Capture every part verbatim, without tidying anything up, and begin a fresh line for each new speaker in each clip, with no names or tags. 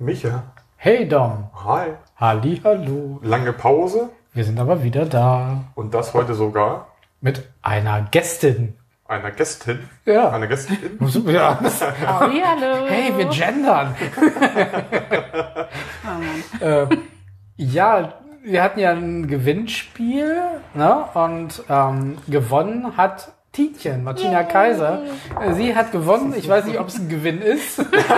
Micha.
Hey Dom.
Hi.
Hallihallo.
Lange Pause.
Wir sind aber wieder da.
Und das heute sogar
mit einer Gästin.
Einer Gästin?
Ja.
Eine Gästin?
Ja.
Hallihallo.
Hey, wir gendern.
Oh
äh, ja, wir hatten ja ein Gewinnspiel, ne? Und ähm, gewonnen hat Tietjen, Martina Yay. Kaiser. Sie hat gewonnen. Ich weiß nicht, ob es ein Gewinn ist.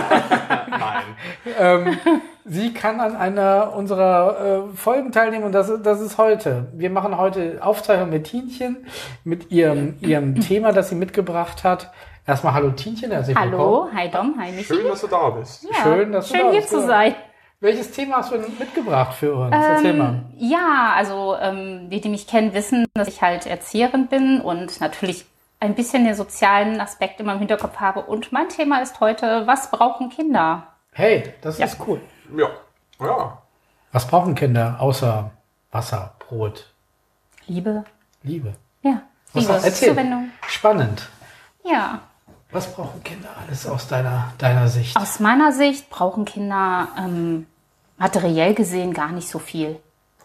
Nein.
ähm, sie kann an einer unserer äh, Folgen teilnehmen und das, das ist heute. Wir machen heute Aufzeichnung mit Tietjen, mit ihrem, ihrem Thema, das sie mitgebracht hat. Erstmal hallo Tietjen, herzlich
willkommen. Hallo, hi Dom, hi Michi.
Schön, dass du da bist.
Ja,
schön, dass du
schön
da
hier
bist.
zu sein.
Welches Thema hast du denn mitgebracht für uns?
Ähm,
Erzähl mal.
Ja, also ähm, die, die mich kennen, wissen, dass ich halt Erzieherin bin und natürlich ein bisschen den sozialen Aspekt immer im Hinterkopf habe. Und mein Thema ist heute, was brauchen Kinder?
Hey, das
Ja.
ist cool.
Ja. Ja.
Was brauchen Kinder außer Wasser, Brot,
Liebe.
Liebe?
Ja,
Was
Liebe,
hast- erzähl.
Zuwendung.
Spannend.
Ja.
Was brauchen Kinder alles aus deiner, deiner Sicht?
Aus meiner Sicht brauchen Kinder ähm, materiell gesehen gar nicht so viel.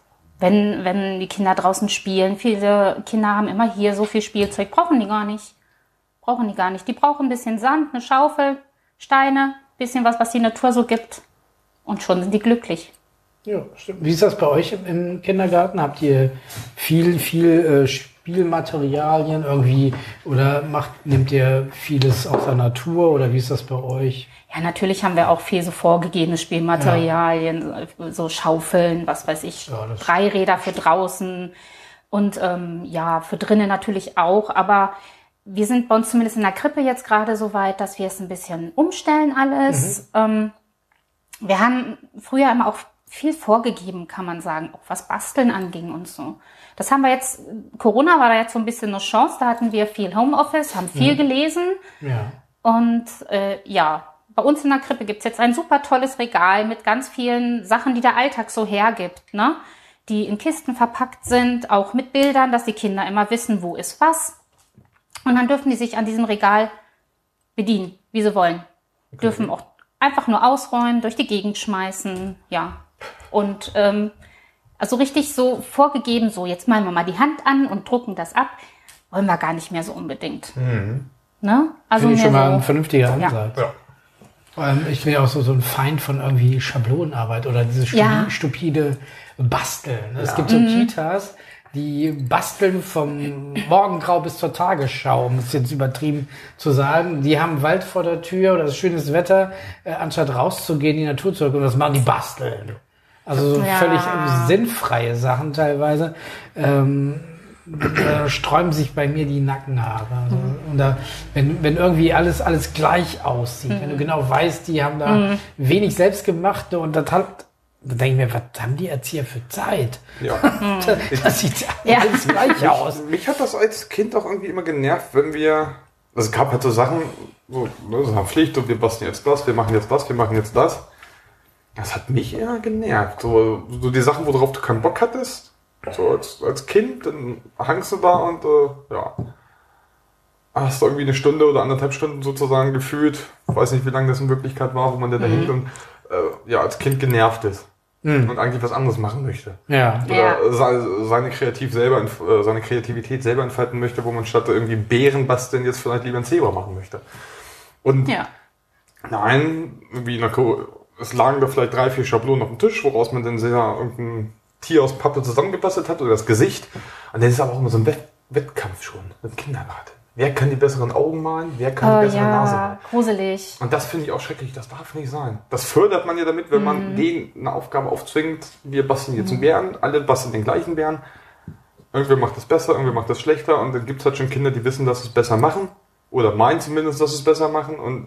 Wenn, wenn die Kinder draußen spielen, viele Kinder haben immer hier so viel Spielzeug, brauchen die gar nicht. Brauchen die gar nicht. Die brauchen ein bisschen Sand, eine Schaufel, Steine, bisschen was, was die Natur so gibt. Und schon sind die glücklich.
Ja, stimmt. Wie ist das bei euch im, im Kindergarten? Habt ihr viel, viel äh, Spielmaterialien irgendwie oder macht, nehmt ihr vieles aus der Natur oder wie ist das bei euch?
Ja, natürlich haben wir auch viel so vorgegebene Spielmaterialien, so Schaufeln, was weiß ich,
Ja, das-
Dreiräder für draußen und ähm, ja, für drinnen natürlich auch. Aber wir sind bei uns zumindest in der Krippe jetzt gerade so weit, dass wir es ein bisschen umstellen alles. Ähm, wir haben früher immer auch viel vorgegeben, kann man sagen, auch was Basteln anging und so. Das haben wir jetzt, Corona war da jetzt so ein bisschen eine Chance, da hatten wir viel Homeoffice, haben viel gelesen.
Ja.
Und äh, ja, bei uns in der Krippe gibt's jetzt ein super tolles Regal mit ganz vielen Sachen, die der Alltag so hergibt, ne? Die in Kisten verpackt sind, auch mit Bildern, dass die Kinder immer wissen, wo ist was. Und dann dürfen die sich an diesem Regal bedienen, wie sie wollen.
Okay.
Dürfen auch einfach nur ausräumen, durch die Gegend schmeißen, ja. Und ähm, also richtig so vorgegeben, so jetzt malen wir mal die Hand an und drucken das ab, wollen wir gar nicht mehr so unbedingt.
Mhm.
Ne? Also
Finde ich schon
mehr
mal
so,
ein vernünftiger Ansatz.
Ja.
Vor allem, ich bin ja auch so, so ein Feind von irgendwie Schablonenarbeit oder diese stu
Ja.
stupide Basteln. Es
Ja.
gibt so Kitas, die basteln vom Morgengrau bis zur Tagesschau, um es jetzt übertrieben zu sagen. Die haben Wald vor der Tür oder das schönes Wetter, äh, anstatt rauszugehen, die Natur zurück und das machen die basteln. Also so
Ja.
völlig äh, sinnfreie Sachen teilweise. Ähm, da sträuben sich bei mir die Nackenhaare. Also, und da, wenn, wenn irgendwie alles, alles gleich aussieht, wenn du genau weißt, die haben da wenig selbstgemachte und das hat, dann denke ich mir, was haben die Erzieher für Zeit?
Ja.
Das, das sieht
Ja.
alles gleich aus.
Mich hat das als Kind auch irgendwie immer genervt, wenn wir, also es gab halt so Sachen, so, ne, so haben Pflicht und wir basteln jetzt das, wir machen jetzt das, wir machen jetzt das. Das hat mich eher genervt. So, so die Sachen, worauf du keinen Bock hattest, so als, als Kind, dann hangst du da und äh, ja, hast du irgendwie eine Stunde oder anderthalb Stunden sozusagen gefühlt, weiß nicht, wie lange das in Wirklichkeit war, wo man da
Mhm.
hängt und äh, ja, als Kind genervt ist
Mhm.
und eigentlich was anderes machen möchte.
Ja.
Oder
Ja.
se- seine, kreativ selber, entf- äh, seine Kreativität selber entfalten möchte, wo man statt irgendwie Bären basteln jetzt vielleicht lieber ein Zebra machen möchte. Und
Ja.
nein, wie in der Co es lagen da vielleicht drei, vier Schablonen auf dem Tisch, woraus man dann sehr irgendein Tier aus Pappe zusammengebastelt hat oder das Gesicht. Und das ist aber auch immer so ein Wett Wettkampf schon im Kindergarten. Wer kann die besseren Augen malen? Wer kann
Oh,
die bessere Nase
ja,
malen?
gruselig.
Und das finde ich auch schrecklich, das darf nicht sein. Das fördert man ja damit, wenn man denen eine Aufgabe aufzwingt. Wir basteln jetzt einen Bären, alle basteln den gleichen Bären. Irgendwer macht das besser, irgendwer macht das schlechter. Und dann gibt es halt schon Kinder, die wissen, dass sie es besser machen. Oder meinen zumindest, dass sie es besser machen. Und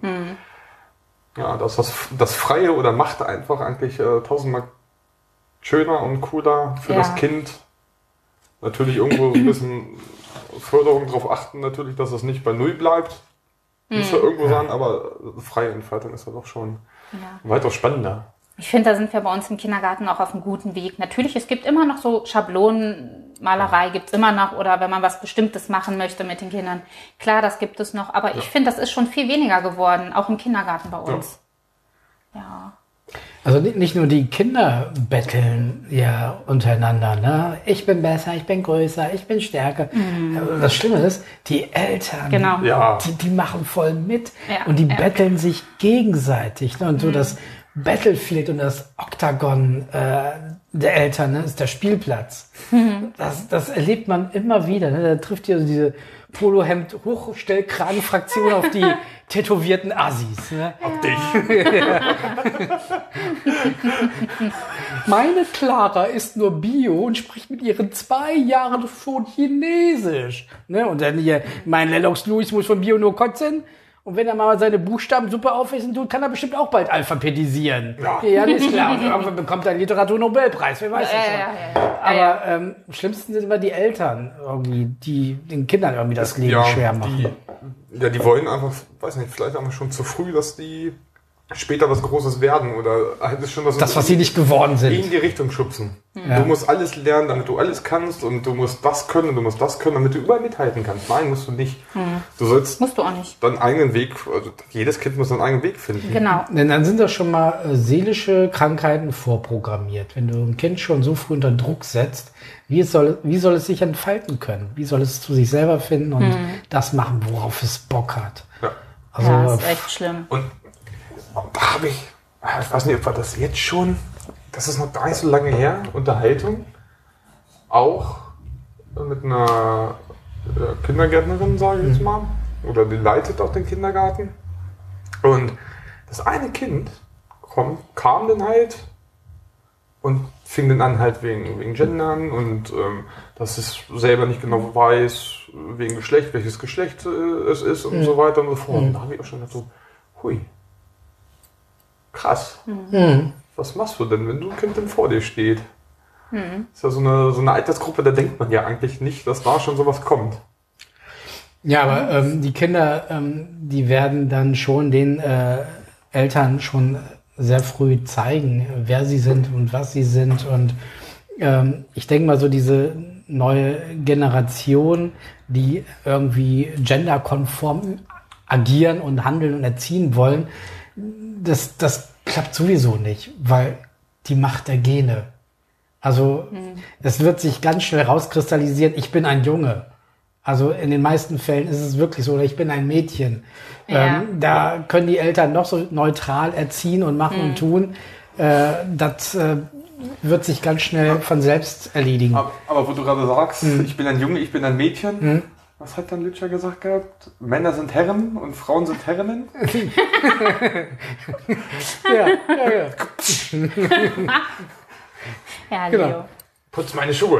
ja, das, das, das Freie oder Macht einfach eigentlich äh, tausendmal schöner und cooler für
Ja.
das Kind. Natürlich irgendwo so ein bisschen Förderung darauf achten, natürlich, dass es nicht bei Null bleibt. Muss ja irgendwo sein, aber freie Entfaltung ist ja doch schon
Ja.
weitaus spannender.
Ich finde, da sind wir bei uns im Kindergarten auch auf einem guten Weg. Natürlich, es gibt immer noch so Schablonenmalerei, gibt's immer noch, oder wenn man was Bestimmtes machen möchte mit den Kindern. Klar, das gibt es noch, aber ich finde, das ist schon viel weniger geworden, auch im Kindergarten bei uns. Ja.
Also ni- nicht nur die Kinder betteln ja untereinander, ne? Ich bin besser, ich bin größer, ich bin stärker. Aber Das Schlimme ist, die Eltern,
Genau.
Ja.
die, die machen voll mit
Ja,
und die
ja.
betteln sich gegenseitig. Ne? Und so das Battlefield und das Oktagon äh, der Eltern, ne, ist der Spielplatz. Das, das erlebt man immer wieder. Ne? Da trifft ihr so diese Polohemd-Hochstellkragenfraktion auf die tätowierten Assis. Ne?
Auf dich.
Meine Clara ist nur Bio und spricht mit ihren zwei Jahren schon Chinesisch. Ne? Und dann hier, mein Lennox Lewis muss von Bio nur kotzen. Und wenn er mal seine Buchstaben super aufessen tut, kann er bestimmt auch bald alphabetisieren.
Ja.
Ja, das ist klar. Und irgendwann bekommt er einen Literaturnobelpreis, wer weiß das
Ja,
schon.
ja, ja, ja.
Aber
Ja,
ähm, am schlimmsten sind immer die Eltern, irgendwie, die den Kindern irgendwie das Leben
Ja,
schwer machen.
die, ja, die wollen einfach, weiß nicht, vielleicht einfach schon zu früh, dass die später was Großes werden oder halt ist schon was,
Das, was sie nicht geworden
in
sind.
die Richtung schubsen.
Ja.
Du musst alles lernen, damit du alles kannst und du musst das können und du musst das können, damit du überall mithalten kannst. Nein, musst du nicht. Du sollst
Musst du auch nicht.
deinen eigenen Weg, also jedes Kind muss seinen eigenen Weg finden.
Genau.
Denn dann sind das schon mal äh, seelische Krankheiten vorprogrammiert. Wenn du ein Kind schon so früh unter Druck setzt, wie, es soll, wie soll es sich entfalten können? Wie soll es zu sich selber finden und das machen, worauf es Bock hat?
Ja.
Also,
Ja, ist echt schlimm.
Und da habe ich, ich weiß nicht, ob wir das jetzt schon, das ist noch gar nicht so lange her, Unterhaltung, auch mit einer äh, Kindergärtnerin, sage ich jetzt mal, oder die leitet auch den Kindergarten. Und das eine Kind kommt, kam dann halt und fing dann an halt wegen, wegen Gendern und ähm, dass es selber nicht genau weiß, wegen Geschlecht, welches Geschlecht äh, es ist und so weiter und so fort. Und da habe ich auch schon gedacht so, hui, krass. Was machst du denn, wenn du ein Kind dann vor dir steht? Das ist ja so eine, so eine Altersgruppe, da denkt man ja eigentlich nicht, dass da schon sowas kommt.
ja, aber ähm, die Kinder, ähm, die werden dann schon den äh, Eltern schon sehr früh zeigen, wer sie sind und was sie sind. Und ähm, ich denke mal, so diese neue Generation, die irgendwie genderkonform agieren und handeln und erziehen wollen, das, das klappt sowieso nicht, weil die Macht der Gene. Also es wird sich ganz schnell rauskristallisieren, ich bin ein Junge. Also in den meisten Fällen ist es wirklich so, oder ich bin ein Mädchen.
Ja.
Ähm, da können die Eltern noch so neutral erziehen und machen und tun. Äh, das äh, wird sich ganz schnell von selbst erledigen.
Aber, aber wo du gerade sagst, ich bin ein Junge, ich bin ein Mädchen, was hat dann Lütscher gesagt gehabt? Männer sind Herren und Frauen sind Herrinnen?
Ja, ja, ja.
Ja,
Genau.
Leo.
Putz meine Schuhe.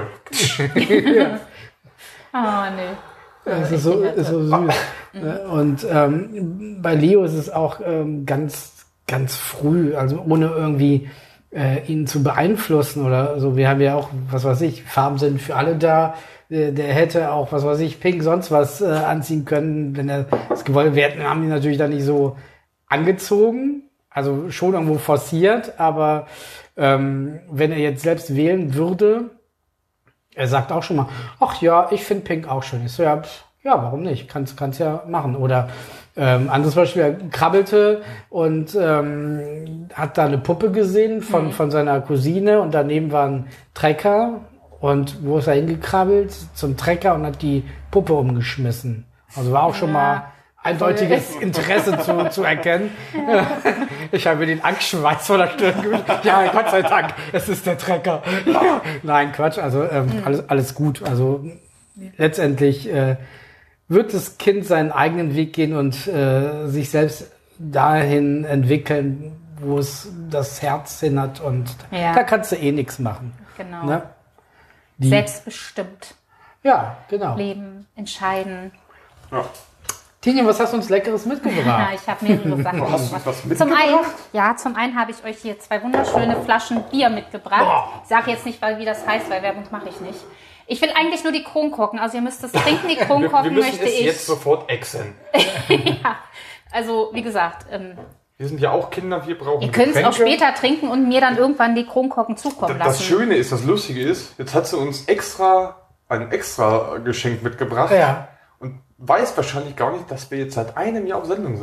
Oh, nee.
Das ist so, ist so süß. Ne? Und ähm, bei Leo ist es auch ähm, ganz, ganz früh, also ohne irgendwie äh, ihn zu beeinflussen oder so. Wir haben ja auch, was weiß ich, Farben sind für alle da. Der, der hätte auch, was weiß ich, pink, sonst was äh, anziehen können, wenn er das gewollt wäre. Haben die natürlich dann nicht so angezogen, also schon irgendwo forciert, aber ähm, wenn er jetzt selbst wählen würde, er sagt auch schon mal, ach ja, ich finde Pink auch schön. Ich so, ja, pff, ja, warum nicht? Kannst, kannst ja machen. Oder ähm, anderes Beispiel, er krabbelte und ähm, hat da eine Puppe gesehen von, von seiner Cousine und daneben war ein Trecker. Und wo ist er hingekrabbelt? Zum Trecker und hat die Puppe umgeschmissen. Also war auch schon mal eindeutiges Interesse zu, zu erkennen. Ich habe den Angstschweiß vor der Stirn gewischt. Ja, Gott sei Dank, es ist der Trecker. Nein, Quatsch, also ähm, alles, alles gut. Also letztendlich äh, wird das Kind seinen eigenen Weg gehen und äh, sich selbst dahin entwickeln, wo es das Herz hin hat. Und
Ja.
da kannst du eh nichts machen.
Genau.
Ne? Die,
Selbstbestimmt
ja, genau.
leben, entscheiden.
Ja.
Tinja, was hast du uns Leckeres
Ja,
mitgebracht?
ich habe mehrere Sachen
Oh, hast du
mitgebracht.
was
Zum
mitgebracht?
einen, ja, zum einen habe ich euch hier zwei wunderschöne Flaschen Bier mitgebracht. Ich sage jetzt nicht, weil, wie das heißt, weil Werbung mache ich nicht. Ich will eigentlich nur die Kronkorken. Also ihr müsst es trinken. Die
Wir, wir
Kronkorken
müssen
möchte
es
ich.
jetzt sofort exen.
Ja, also wie gesagt, ähm,
Wir sind ja auch Kinder, wir brauchen
ihr könnt es auch
Getränke.
später trinken und mir dann irgendwann die Kronkorken zukommen
Das
lassen.
Schöne ist, das Lustige ist, jetzt hat sie uns extra ein extra Geschenk mitgebracht
Ja.
und weiß wahrscheinlich gar nicht, dass wir jetzt seit einem Jahr auf Sendung sind.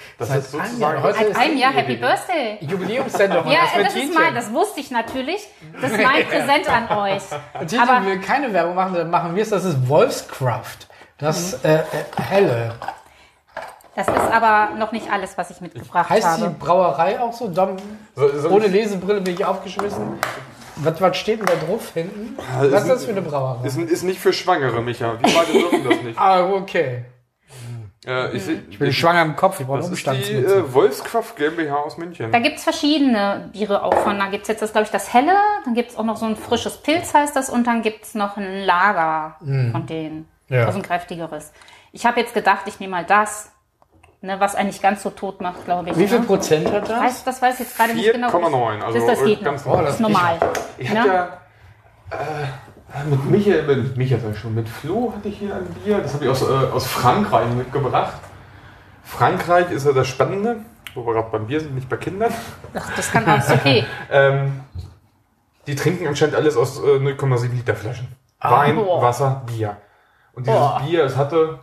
Das
Seit
ist
einem
sozusagen...
Jahr. Heute
Seit
ist
einem Jahr
die
Happy
Ewige.
Birthday.
Jubiläumssendung.
Ja,
und
das ist mein, das wusste ich natürlich. Das ist mein Präsent an euch.
Tintin
Aber
will keine Werbung machen, dann machen wir es. Das ist Wolfscraft. Das äh, äh, helle.
das ist aber noch nicht alles, was ich mitgebracht
Heißt
habe.
die Brauerei auch so? Dom,
So- so-
ohne Lesebrille bin ich aufgeschmissen. Was, was steht denn da drauf hinten? Was ist das für eine Brauerei?
Ist, ist nicht für Schwangere, Micha. Wir beide dürfen das nicht.
Ah, okay.
Äh, ich,
Ich bin schwanger im Kopf, ich brauche
Das ist die
Umstandsmütze.
äh, Wolfskraft GmbH aus München.
Da gibt's verschiedene Biere auch von. Da gibt's jetzt, das glaube ich, das Helle. Dann gibt's auch noch so ein frisches Pilz, heißt das. Und dann gibt's noch ein Lager von denen.
Ja.
Also ein kräftigeres. Ich habe jetzt gedacht, ich nehme mal das, ne, was eigentlich ganz so tot macht, glaube ich.
Wie viel
ne?
Prozent hat das?
Weiß, das weiß ich jetzt gerade nicht genau.
vier Komma neun. Also
das, das geht
ganz
noch.
normal.
Das ist normal.
Ich
Ne?
hatte ja äh, mit Michael, mit Michael sag ich schon, mit Flo hatte ich hier ein Bier. Das habe ich aus, äh, aus Frankreich mitgebracht. Frankreich ist ja das Spannende, wo wir gerade beim Bier sind, nicht bei Kindern.
Ach, das kann auch, ist okay.
Ähm, die trinken anscheinend alles aus äh, null Komma sieben Liter Flaschen. Wein,
boah.
Wasser, Bier. Und dieses
Boah.
Bier, es hatte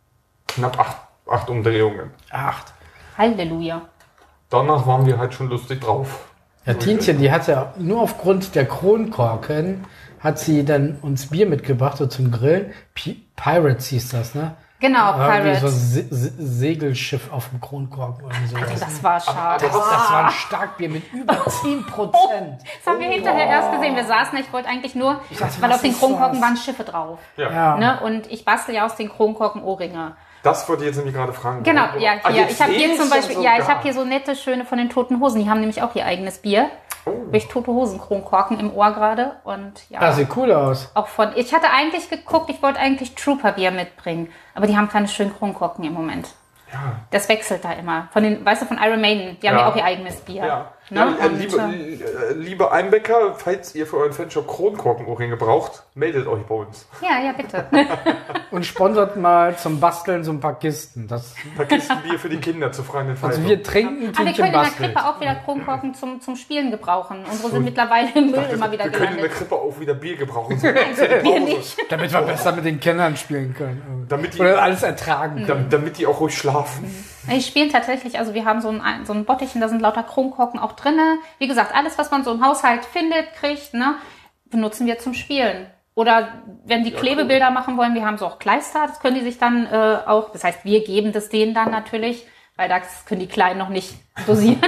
knapp acht, acht Umdrehungen.
Acht.
Halleluja.
Danach waren wir halt schon lustig drauf.
Ja, Tintin, die hat ja nur aufgrund der Kronkorken, hat sie dann uns Bier mitgebracht, so zum Grillen. P Pirates hieß das, ne?
Genau,
Irgendwie so ein
Pirates.
Se Se Segelschiff auf dem Kronkorken oder sowas.
Das war schade.
Das, das war ein Starkbier mit über zehn Prozent.
Das haben wir hinterher erst gesehen. Wir saßen, ich wollte eigentlich nur,
dachte,
weil
was
auf den
ist
Kronkorken
das?
waren Schiffe drauf.
Ja.
Ja.
Ne? Und ich bastel ja aus den Kronkorken Ohrringe.
Das wollte ich jetzt nämlich gerade fragen.
Genau,
Warum-
ja,
Ah,
hier.
jetzt
Ich habe hier
sehe
zum
ich's
Beispiel,
sogar.
ja, ich habe hier so nette, schöne von den Toten Hosen. Die haben nämlich auch ihr eigenes Bier.
Oh.
Habe ich Tote Hosen Kronkorken im Ohr gerade. Und ja,
Das sieht cool aus.
auch von, ich hatte eigentlich geguckt, ich wollte eigentlich Trooper Bier mitbringen. Aber die haben keine schönen Kronkorken im Moment.
Ja.
Das wechselt da immer. Von den, weißt du, von Iron Maiden, die haben
Ja.
ja auch ihr eigenes Bier.
Ja.
Ne?
Ja, äh,
Und,
liebe,
äh,
äh, liebe Einbecker, falls ihr für euren Fanshop Kronkorkenohrringe braucht, meldet euch bei uns.
ja, ja, bitte.
Und sponsert mal zum Basteln so ein paar Kisten. Das,
Verkisten Bier für die Kinder zu freien Entfaltung.
also wir trinken,
Aber wir
Tintin
können in der
bastelt.
Krippe auch wieder Kronkorken zum, zum Spielen gebrauchen. Unsere sind mittlerweile im Müll immer wieder
wir können in der
gelandet.
Krippe auch wieder Bier gebrauchen.
Wir nicht.
Damit wir besser mit den Kindern spielen können.
Damit die,
Oder alles ertragen können.
damit, damit die auch ruhig schlafen.
Die spielen tatsächlich, also wir haben so ein, so ein Bottichen, da sind lauter Kronkorken auch drinne. Wie gesagt, alles, was man so im Haushalt findet, kriegt, ne, benutzen wir zum Spielen. Oder wenn die Klebebilder machen wollen, wir haben so auch Kleister, das können die sich dann äh, auch, das heißt, wir geben das denen dann natürlich, weil das können die Kleinen noch nicht dosieren.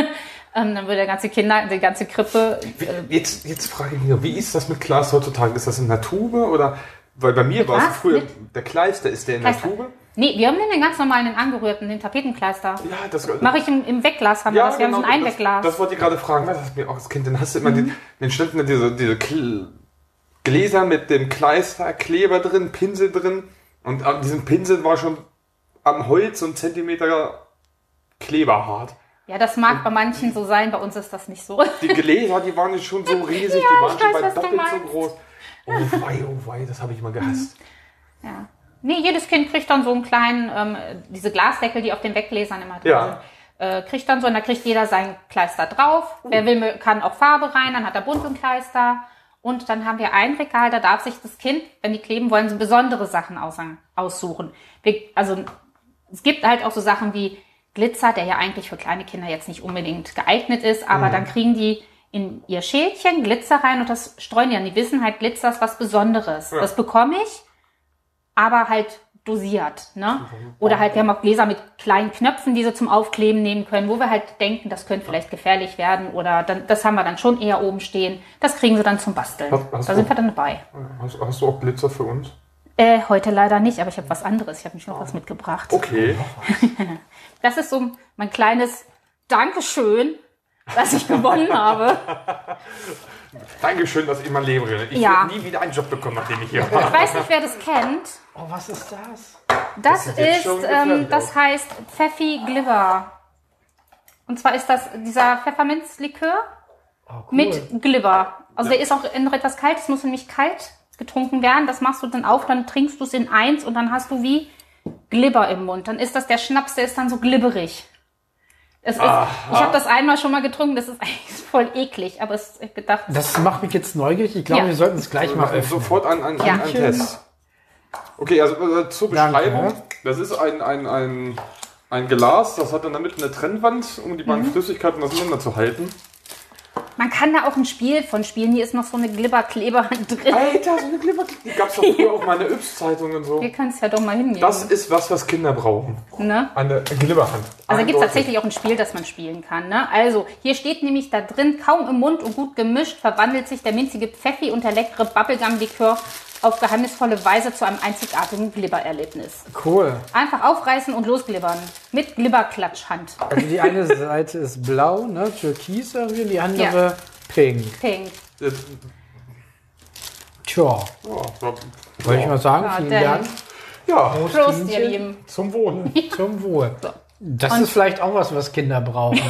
ähm, dann würde der ganze Kinder, die ganze Krippe,
Wie, jetzt, jetzt frage ich mich, wie ist das mit Glas heutzutage? Ist das in der Tube oder? Weil bei mir war es
Was?
früher,
Mit-
der Kleister, ist der in
Kleister.
der Tube?
nee, wir haben den ganz normalen, den angerührten, den Tapetenkleister.
Ja, das
Mache ich im, im Wegglas, haben wir das, wir haben so ein Einwegglas.
Das, das wollte ich gerade fragen, was hast du mir auch als Kind? Dann hast du immer den, den standen da diese, diese Kl- Gläser mit dem Kleister, Kleber drin, Pinsel drin. Und an diesem Pinsel war schon am Holz so ein Zentimeter Kleber hart.
Ja, das mag bei manchen so sein, bei uns ist das nicht so.
Die Gläser, die waren jetzt schon so riesig,
Ja,
die waren
ich
schon
weiß,
bei
was du
doppelt so
meinst.
groß. Oh wei, oh wei, das habe ich immer gehasst.
Ja. Nee, jedes Kind kriegt dann so einen kleinen, ähm, diese Glasdeckel, die auf den Weggläsern immer drin
Ja.
sind, äh, kriegt dann so, und da kriegt jeder sein Kleister drauf. Wer will, kann auch Farbe rein, dann hat er bunten Kleister. Und dann haben wir ein Regal, da darf sich das Kind, wenn die kleben wollen, so besondere Sachen aus, aussuchen. Wir, also es gibt halt auch so Sachen wie Glitzer, der ja eigentlich für kleine Kinder jetzt nicht unbedingt geeignet ist, aber dann kriegen die in ihr Schälchen Glitzer rein und das streuen die an. Die wissen halt, Glitzer ist was Besonderes.
Ja.
Das bekomme ich, aber halt dosiert, ne? Oder halt, wir haben auch Gläser mit kleinen Knöpfen, die sie zum Aufkleben nehmen können, wo wir halt denken, das könnte vielleicht gefährlich werden oder dann, das haben wir dann schon eher oben stehen. Das kriegen sie dann zum Basteln.
Hast- hast
Da
du-
sind wir dann dabei.
Hast, hast du auch Glitzer für uns?
Äh, heute leider nicht, aber ich habe was anderes. Ich habe mich noch was mitgebracht.
Okay.
Das ist so mein kleines Dankeschön, dass ich gewonnen habe.
Dankeschön, dass ich mein Leben rede. Ich
Ja.
werde nie wieder einen Job bekommen, nachdem ich hier
Ich
war.
weiß nicht, wer das kennt.
Oh, was ist das?
Das,
sieht jetzt
ist,
schon
ähm,
gefährlich
das
aus.
heißt Pfeffi Glibber. Und zwar ist das dieser Pfefferminzlikör
Oh, cool.
mit Glibber. Also der ist auch in etwas kalt, es muss nämlich kalt getrunken werden. Das machst du dann auf, dann trinkst du es in eins und dann hast du wie Glibber im Mund. Dann ist das der Schnaps, der ist dann so glibberig. Es ist, ich habe das einmal schon mal getrunken, das ist eigentlich voll eklig, aber es ist gedacht.
Das macht mich jetzt neugierig. Ich glaube,
Ja.
wir sollten es gleich mal öffnen.
Sofort ein, ein,
Ja.
ein, ein Test. Okay, also äh, zur
Danke.
Beschreibung. Das ist ein, ein, ein ein Glas, das hat in der Mitte eine Trennwand, um die beiden
Mhm.
Flüssigkeiten auseinanderzuhalten.
Man kann da auch ein Spiel von spielen. Hier ist noch so eine Glibberkleberhand drin.
Alter, so eine Glibber, die gab's doch früher auf meiner Yps-Zeitung und so.
Wir können es ja doch mal hingehen.
Das ist was, was Kinder brauchen.
Ne?
Eine Glibberhand.
Also gibt es
Eindeutig.
tatsächlich auch ein Spiel, das man spielen kann. Ne? Also hier steht nämlich da drin, kaum im Mund und gut gemischt, verwandelt sich der minzige Pfeffi und der leckere Bubblegum-Likör auf geheimnisvolle Weise zu einem einzigartigen Glibbererlebnis.
Cool.
Einfach aufreißen und losglibbern. Mit Glibberklatschhand.
Also die eine Seite ist blau, ne, türkis irgendwie, die andere
Ja.
pink.
Pink.
Äh,
Tja,
Ja, ja,
wollte ich mal sagen,
Ja,
vielen
dann-
Dank.
ja,
Prost,
Dienchen.
ihr Lieben.
zum Wohl.
Zum Wohl. Das
Und-
ist vielleicht auch was, was Kinder brauchen.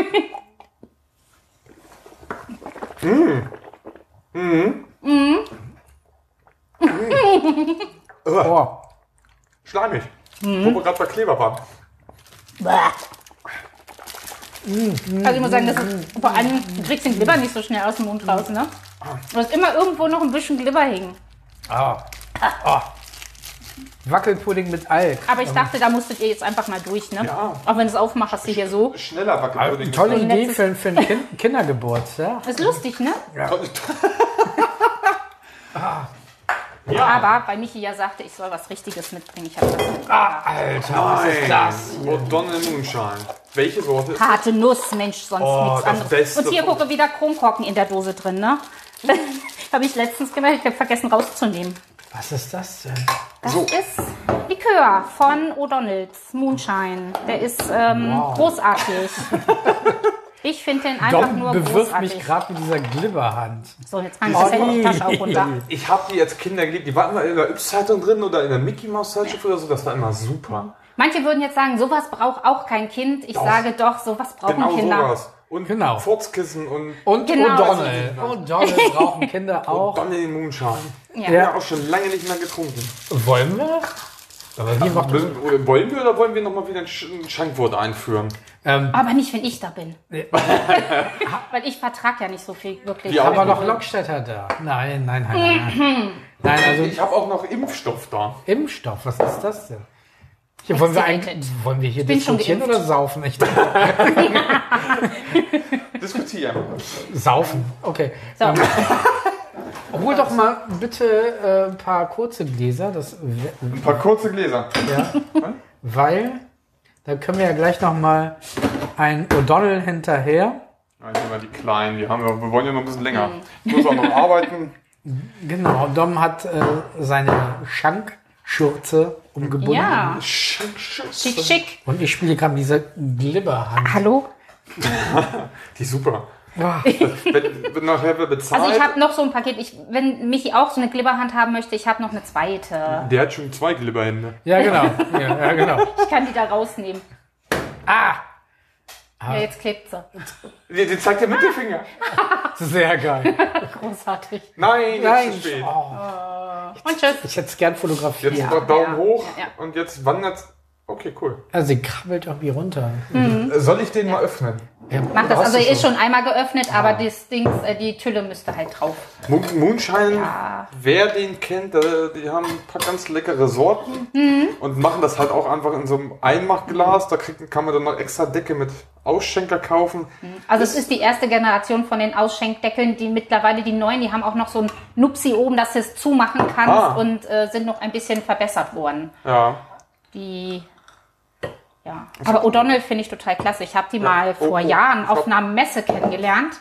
Oh,
Schleimig.
Mhm.
Wo wir gerade bei Kleber waren.
Also ich muss sagen, das ist, vor allem, du kriegst den Glibber nicht so schnell aus dem Mund raus, ne? Du hast immer irgendwo noch ein bisschen Glibber hängen.
ah. Oh. Wackelpudding mit Alk.
Aber ich dachte, da musstet ihr jetzt einfach mal durch, ne?
Ja.
Auch wenn du es aufmachst, hast du hier so.
Schneller
Eine
Wackelpudding.
tolle
So ein
Idee
letztes-
für, für einen kind Kindergeburtstag.
Ist lustig, ne?
Ja.
Aber weil Michi ja sagte, ich soll was Richtiges mitbringen. Ich habe das mitgebracht.
Ah, Alter, was ist das?
O'Donnell Moonshine. Welche Sorte ist
Harte Nuss, Mensch, sonst
Oh,
nichts
das
anderes.
Beste
Und hier
von-
gucke wieder Kronkorken in der Dose drin, ne? Habe ich letztens gemerkt, ich habe vergessen rauszunehmen.
Was ist das denn?
Das
So.
ist Likör von O'Donnell's Moonshine. Der ist ähm,
Wow.
großartig. Ich finde den einfach
Dom
nur
bewirft
großartig.
mich gerade mit dieser Glibberhand.
So, jetzt fangen wir das Handy in die Tasche auch runter.
Ich habe die als Kinder geliebt. Die waren immer in der Yps-Zeitung drin oder in der Mickey Mouse Zeitschrift oder so. Das war immer super.
Manche würden jetzt sagen, sowas braucht auch kein Kind. Ich
Doch.
sage doch, sowas brauchen
Genau
Kinder.
sowas. Und
Genau.
Furzkissen und
Und
Genau.
O'Donnell. O'Donnell brauchen Kinder auch.
O'Donnell Moonshine.
Ja.
Ja, auch schon lange nicht mehr getrunken.
Wollen wir? Aber wie macht das?
Oder wollen wir oder wollen wir nochmal wieder ein Sch- ein Schankwort einführen?
Ähm,
Aber nicht, wenn ich da bin. Weil ich vertrage ja nicht so viel wirklich.
Die auch
aber
nicht.
noch Lockstädter da. Nein, nein, nein, nein. Nein, nein also
Ich habe auch noch Impfstoff da.
Impfstoff, was ist das denn? Hier, wollen, wir
Activated.
eigentlich, wollen wir hier
bin schon
diskutieren
geimpft.
oder saufen? Ich,
Diskutieren.
saufen, okay.
So.
Hol doch mal bitte äh, ein paar kurze Gläser, das, w-
Ein paar kurze Gläser.
ja, weil da können wir ja gleich noch mal ein O'Donnell hinterher.
Ja, ich nehme mal die kleinen. Die haben wir, wir wollen ja noch ein bisschen länger. Ich muss auch noch arbeiten.
Genau, Dom hat äh, seine Schankschürze umgebunden.
Ja,
Schick, schick.
schick, schick.
Und ich spiele gerade diese Glibberhand.
Hallo?
Die ist super.
Boah.
Wenn, wenn nachher wer bezahlt,
Also ich habe noch so ein Paket. Ich, wenn Michi auch so eine Glibberhand haben möchte, ich habe noch eine zweite.
der hat schon zwei Glibberhände.
Ja, genau. Ja, ja, genau.
Ich kann die da rausnehmen.
Ah,
Ja, jetzt klebt sie.
Den, den zeigt er mit dem Finger.
sehr geil.
Großartig.
Nein, jetzt
Nein,
ist zu spät.
oh,
Und tschüss.
ich hätte es gern fotografiert.
Jetzt
Ja,
Daumen
ja,
hoch
ja.
und jetzt wandert. Okay, cool.
Also sie krabbelt irgendwie runter.
Äh, Soll ich den mal öffnen?
Ja,
Mach das.
hast
Also
du
er ist schon einmal geöffnet, aber das Ding, äh, die Tülle müsste halt drauf.
Moon- Moonshine,
Ja.
wer den kennt, äh, die haben ein paar ganz leckere Sorten und machen das halt auch einfach in so einem Einmachglas. Da kriegt, kann man dann noch extra Decke mit Ausschenker kaufen.
Also es ist die erste Generation von den Ausschenkdeckeln, die mittlerweile die neuen, die haben auch noch so ein Nupsi oben, dass du es zumachen kannst
Ah.
und äh, sind noch ein bisschen verbessert worden.
Ja.
Die, ja. Aber O'Donnell finde ich total klasse. Ich habe die mal
Oh,
vor
oh.
Jahren
Ich
auf
hab-
einer Messe kennengelernt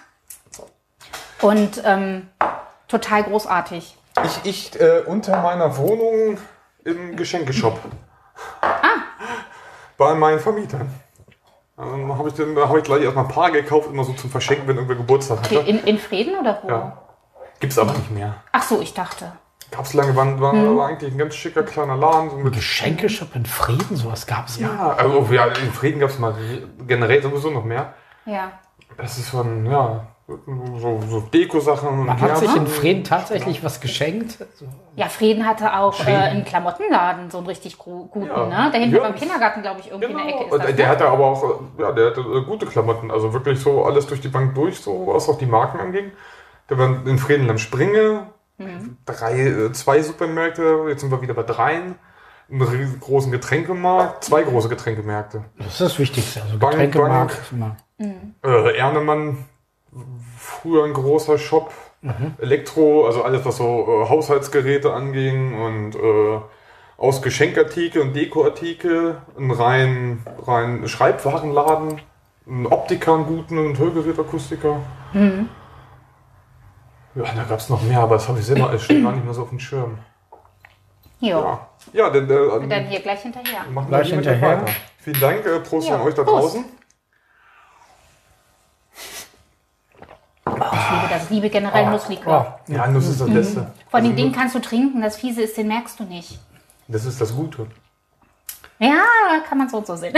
und ähm, total großartig.
Ich, ich äh, unter meiner Wohnung im Geschenkeshop. Ah. Bei meinen Vermietern. Dann habe ich, den- da hab ich gleich erstmal ein paar gekauft, immer so zum Verschenken, wenn irgendwer Geburtstag hatte.
In, in Frieden oder wo?
Ja. Gibt's aber nicht mehr.
Ach so, ich dachte.
Gab's lange, war, war,
Hm.
war eigentlich ein ganz schicker kleiner Laden. So mit
Geschenkeshop in Frieden, sowas gab es ja.
Ja, also ja, in Frieden gab's mal re- generell sowieso noch mehr.
Ja.
Das ist von, ja, so, so Deko-Sachen.
Man
ja,
hat sich in Frieden tatsächlich was geschenkt. So,
Ja, Frieden hatte auch äh,
Frieden.
einen Klamottenladen, so einen richtig gro- guten,
Ja.
ne? Der hinten
Ja.
beim Kindergarten, glaube ich, irgendwie in der Ecke ist
Und
das.
der
ne?
hatte aber auch, äh, ja, der hatte äh, gute Klamotten, also wirklich so alles durch die Bank durch, so was auch die Marken anging. Der war in Frieden am Springe,
Mhm.
drei, äh, zwei Supermärkte, jetzt sind wir wieder bei dreien. einen riesengroßen Getränkemarkt, zwei große Getränkemärkte.
Das ist das Wichtigste. Also
Bank,
Getränkemarkt
Bank.
ist immer.
Mhm.
Äh, Ernemann, früher ein großer Shop.
Mhm.
Elektro, also alles, was so äh, Haushaltsgeräte anging und äh, aus Geschenkartikel und Dekoartikel, ein rein, rein Schreibwarenladen, ein Optiker, einen guten und Hörgerätakustiker.
Mhm.
Ja, da gab es noch mehr, aber das habe ich selber alles schon gar nicht mehr so auf dem Schirm.
Jo.
Ja, ja der, der,
Und dann hier gleich hinterher.
machen
Gleich
wir
hinterher.
weiter. Vielen Dank, äh, Prost
Ja,
an euch da
Prost.
draußen.
Oh, ich liebe das. Ich liebe generell Nusslikör.
Oh,
Ja, Nuss ist das Beste.
Vor allem
Also,
den kannst du trinken, das Fiese ist, den merkst du nicht.
das ist das Gute.
Ja, kann man so und so sehen.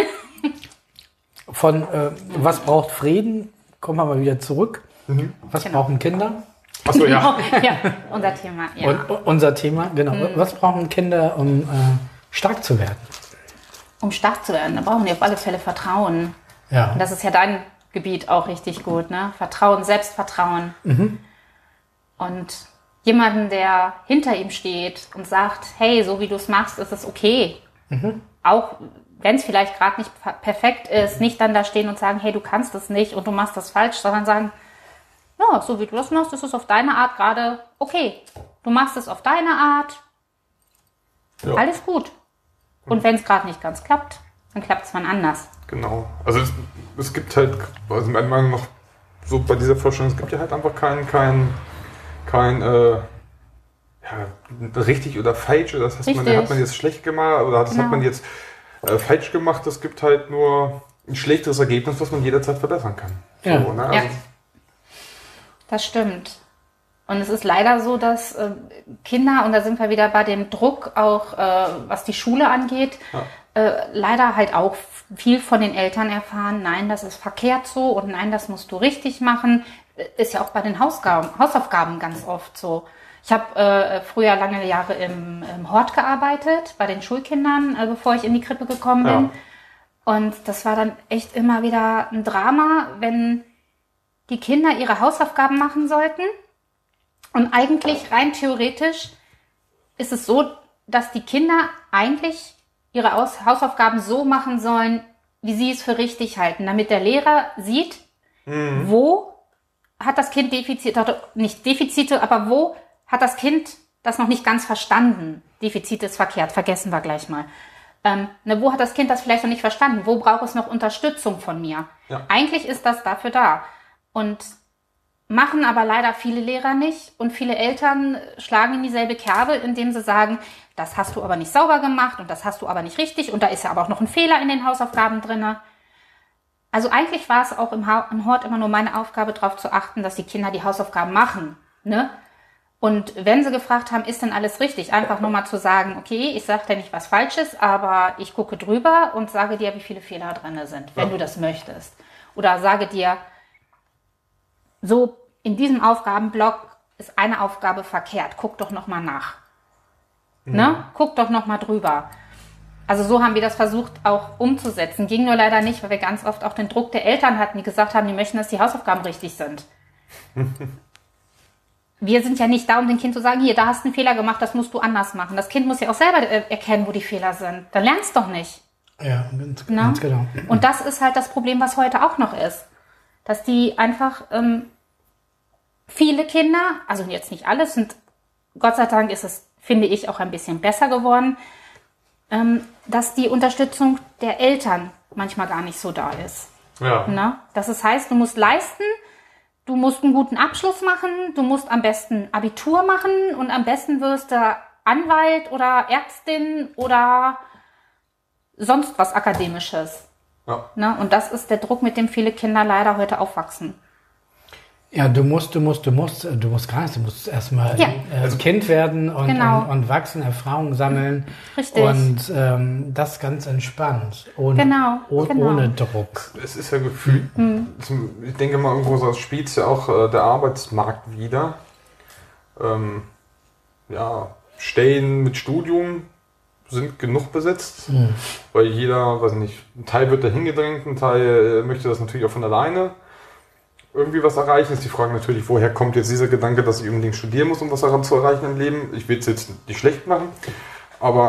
Von äh, was braucht Frieden? Kommen wir mal wieder zurück. Was
Genau.
brauchen Kinder?
Achso, ja.
ja, unser Thema. Ja.
Und, und unser Thema, genau. Was brauchen Kinder, um äh, stark zu werden?
Um stark zu werden, da brauchen wir auf alle Fälle Vertrauen.
Ja.
Und das ist ja dein Gebiet auch richtig gut, ne? Vertrauen, Selbstvertrauen. Und jemanden, der hinter ihm steht und sagt, hey, so wie du es machst, ist es okay. Auch wenn es vielleicht gerade nicht per- perfekt ist, nicht dann da stehen und sagen, hey, du kannst es nicht und du machst das falsch, sondern sagen, ja, so wie du das machst, ist es auf deine Art gerade okay. Du machst es auf deine Art,
Ja.
alles gut. Und wenn es gerade nicht ganz klappt, dann klappt es wann anders.
Genau. Also es, es gibt halt, also meiner Meinung nach, so bei dieser Vorstellung, es gibt ja halt einfach kein, kein, kein äh, ja, richtig oder falsch, oder das heißt, man,
Richtig.
hat man jetzt schlecht gemacht oder das
Genau.
hat man jetzt äh, falsch gemacht. Es gibt halt nur ein schlechteres Ergebnis, was man jederzeit verbessern kann.
Ja.
So, ne? Also,
Ja. Das stimmt. Und es ist leider so, dass äh, Kinder, und da sind wir wieder bei dem Druck auch, äh, was die Schule angeht, äh, leider halt auch viel von den Eltern erfahren, nein, das ist verkehrt so und nein, das musst du richtig machen. Äh, Ist ja auch bei den Hausgaben, Hausaufgaben ganz oft so. Ich habe äh, früher lange Jahre im, im Hort gearbeitet, bei den Schulkindern, äh, bevor ich in die Krippe gekommen bin.
Ja.
Und das war dann echt immer wieder ein Drama, wenn die Kinder ihre Hausaufgaben machen sollten. Und eigentlich rein theoretisch ist es so, dass die Kinder eigentlich ihre Aus- Hausaufgaben so machen sollen, wie sie es für richtig halten, damit der Lehrer sieht, wo hat das Kind Defizite, oder nicht Defizite, aber wo hat das Kind das noch nicht ganz verstanden. Defizite ist verkehrt, vergessen wir gleich mal. Ähm, ne, wo hat das Kind das vielleicht noch nicht verstanden? Wo braucht es noch Unterstützung von mir?
Ja.
Eigentlich ist das dafür da. Und machen aber leider viele Lehrer nicht. Und viele Eltern schlagen in dieselbe Kerbe, indem sie sagen, das hast du aber nicht sauber gemacht und das hast du aber nicht richtig. Und da ist ja aber auch noch ein Fehler in den Hausaufgaben drinne. Also eigentlich war es auch im, ha- im Hort immer nur meine Aufgabe, darauf zu achten, dass die Kinder die Hausaufgaben machen. Ne? Und wenn sie gefragt haben, ist denn alles richtig, einfach nur mal zu sagen, okay, ich sage dir nicht was Falsches, aber ich gucke drüber und sage dir, wie viele Fehler drin sind, wenn
Ja.
du das möchtest. Oder sage dir, so in diesem Aufgabenblock ist eine Aufgabe verkehrt, guck doch noch mal nach. Ne? Guck doch noch mal drüber. Also so haben wir das versucht auch umzusetzen. Ging nur leider nicht, weil wir ganz oft auch den Druck der Eltern hatten, die gesagt haben, die möchten, dass die Hausaufgaben richtig sind. Wir sind ja nicht da, um dem Kind zu sagen, hier, da hast du einen Fehler gemacht, das musst du anders machen. Das Kind muss ja auch selber äh, erkennen, wo die Fehler sind. Dann lernst du doch nicht.
Ja, ganz,
Ne?
ganz genau.
Und das ist halt das Problem, was heute auch noch ist. Dass die einfach, ähm, viele Kinder, also jetzt nicht alle, sind, Gott sei Dank ist es, finde ich, auch ein bisschen besser geworden, ähm, dass die Unterstützung der Eltern manchmal gar nicht so da ist.
ja.
Ne? Das ist, heißt, du musst leisten, du musst einen guten Abschluss machen, du musst am besten Abitur machen und am besten wirst du Anwalt oder Ärztin oder sonst was Akademisches.
Ja.
Ne? Und das ist der Druck, mit dem viele Kinder leider heute aufwachsen.
Ja, du musst, du musst, du musst, du musst gar nicht, du musst erstmal
Ja.
äh, Kind werden und,
Genau.
und, und wachsen, Erfahrungen sammeln.
Richtig.
Und ähm, das ganz entspannt, ohne,
Genau,
oh,
genau.
ohne Druck.
Es ist ja gefühlt, zum- ich denke mal, irgendwo so spielt es ja auch äh, der Arbeitsmarkt wieder. Ähm, ja, Stellen mit Studium sind genug besetzt, weil jeder, weiß nicht, ein Teil wird dahin gedrängt, ein Teil äh, möchte das natürlich auch von alleine irgendwie was erreichen. Ist die Frage natürlich, woher kommt jetzt dieser Gedanke, dass ich unbedingt studieren muss, um was daran zu erreichen im Leben. Ich will es jetzt nicht schlecht machen, aber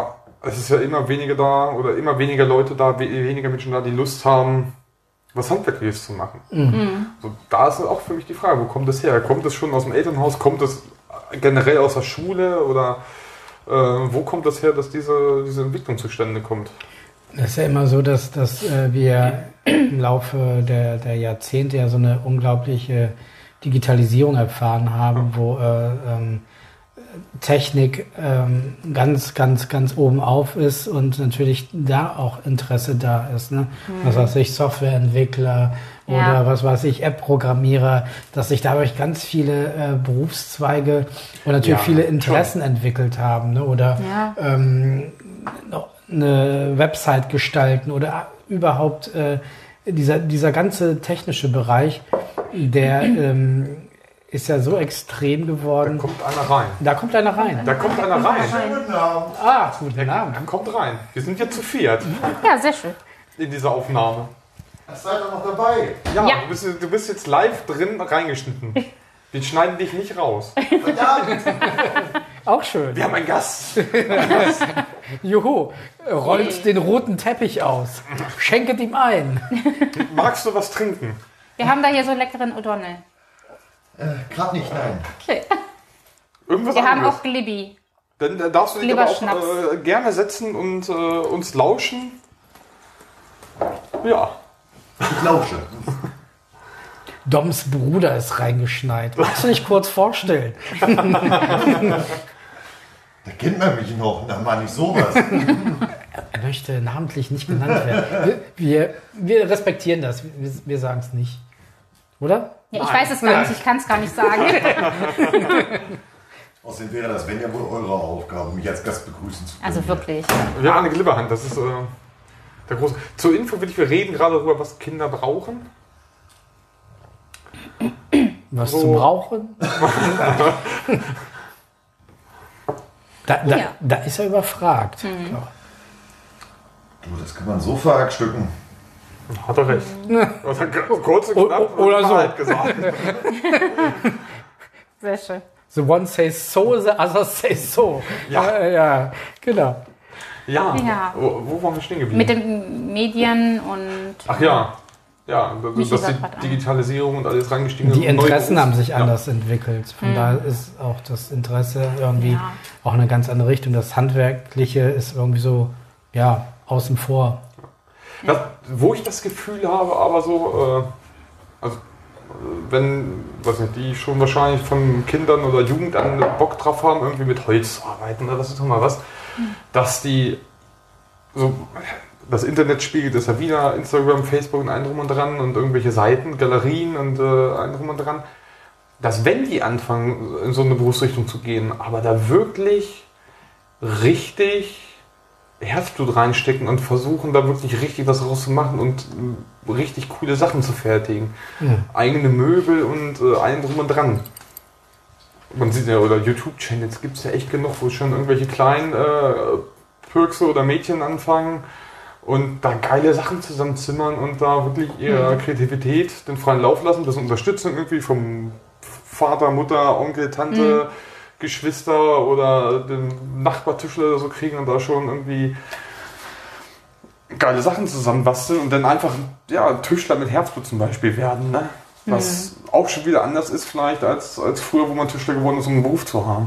es ist ja immer weniger da oder immer weniger Leute da, weniger Menschen da, die Lust haben, was Handwerkliches zu machen. Mhm. So, da ist auch für mich die Frage, wo kommt das her? Kommt das schon aus dem Elternhaus? Kommt das generell aus der Schule? Oder äh, wo kommt das her, dass diese, diese Entwicklung zustande kommt?
Das ist ja immer so, dass, dass äh, wir im Laufe der, der Jahrzehnte ja so eine unglaubliche Digitalisierung erfahren haben, wo äh, ähm, Technik ähm, ganz, ganz, ganz oben auf ist und natürlich da auch Interesse da ist. Ne? Mhm. Was weiß ich, Softwareentwickler ja. oder was weiß ich, App-Programmierer, dass sich dadurch ganz viele äh, Berufszweige und natürlich ja, viele Interessen schon. entwickelt haben. Ne? Oder ja. ähm, eine Website gestalten oder überhaupt äh, dieser, dieser ganze technische Bereich, der ähm, ist ja so extrem geworden.
Da kommt einer rein.
Da kommt einer rein.
Da kommt einer rein.
Guten Abend.
Ah, guten Abend.
Da kommt rein. Wir sind jetzt zu viert.
Ja, sehr schön.
In dieser Aufnahme.
Ach, seid ihr noch dabei?
Ja,
Ja.
Du, bist, du bist jetzt live drin reingeschnitten. Wir schneiden dich nicht raus.
Verdammt!
Auch schön.
Wir haben einen Gast.
Juhu, rollt den roten Teppich aus. Schenket ihm ein.
Magst du was trinken?
Wir haben da hier so leckeren O'Donnell.
Äh, Gerade nicht, nein.
Okay.
Irgendwas
Wir haben
anderes.
auch Glibi.
Dann äh, darfst du dich
Lieber
aber auch
Schnaps.
äh, gerne setzen und äh, uns lauschen. Ja.
Ich lausche.
Doms Bruder ist reingeschneit. Magst du dich kurz vorstellen?
Da kennt man mich noch. Da mache ich sowas.
Er möchte namentlich nicht genannt werden. Wir, wir respektieren das. Wir, wir sagen es nicht. Oder?
Ja, ich weiß es gar nicht, ich kann es gar nicht sagen.
Außerdem wäre das, wenn ja wohl eure Aufgabe, mich als Gast begrüßen zu können.
Also wirklich.
Wir haben eine Glibberhand, das ist äh, der große. Zur Info will ich, wir reden gerade darüber, was Kinder brauchen.
Was
So.
zum Rauchen? da, da,
Ja.
da ist er überfragt.
Mhm.
Du, das kann man so verhackstücken.
Hat er recht. Also, kurz und knapp
Oder so.
Wahrheit gesagt.
Sehr schön.
The one says so, the other says so.
Ja.
Äh, ja, genau.
Ja,
Ja.
Wo, wo waren wir stehen geblieben?
Mit den Medien und
Ach ja, ja, dass
Michi
dass
sagt
die
was an.
Digitalisierung und alles reingestiegen ist.
Die
und neue
Interessen
Berufs-
haben sich
ja.
anders entwickelt. Von daher ist auch das Interesse irgendwie
Ja.
auch eine ganz andere Richtung. Das Handwerkliche ist irgendwie so, ja, außen vor.
Das, wo ich das Gefühl habe, aber so, äh, also äh, wenn, weiß nicht, die schon wahrscheinlich von Kindern oder Jugend an Bock drauf haben, irgendwie mit Holz zu arbeiten oder was ist mal was, dass die so, das Internet spiegelt es ja wieder, Instagram, Facebook und allem drum und dran und irgendwelche Seiten, Galerien und äh, allem drum und dran, dass wenn die anfangen, in so eine Berufsrichtung zu gehen, aber da wirklich richtig Herzblut reinstecken und versuchen, da wirklich richtig was rauszumachen und äh, richtig coole Sachen zu fertigen.
Ja.
Eigene Möbel und äh, allem drum und dran. Man sieht ja, oder YouTube-Channels gibt es ja echt genug, wo schon irgendwelche kleinen äh, Pürkse oder Mädchen anfangen und da geile Sachen zusammenzimmern und da wirklich ihre Kreativität den freien Lauf lassen, das Unterstützung irgendwie vom Vater, Mutter, Onkel, Tante, mhm. Geschwister oder den Nachbartischler oder so kriegen und da schon irgendwie geile Sachen zusammenbasteln und dann einfach ja, Tischler mit Herzblut zum Beispiel werden, ne? Was mhm. auch schon wieder anders ist vielleicht als, als früher, wo man Tischler geworden ist, um einen Beruf zu haben.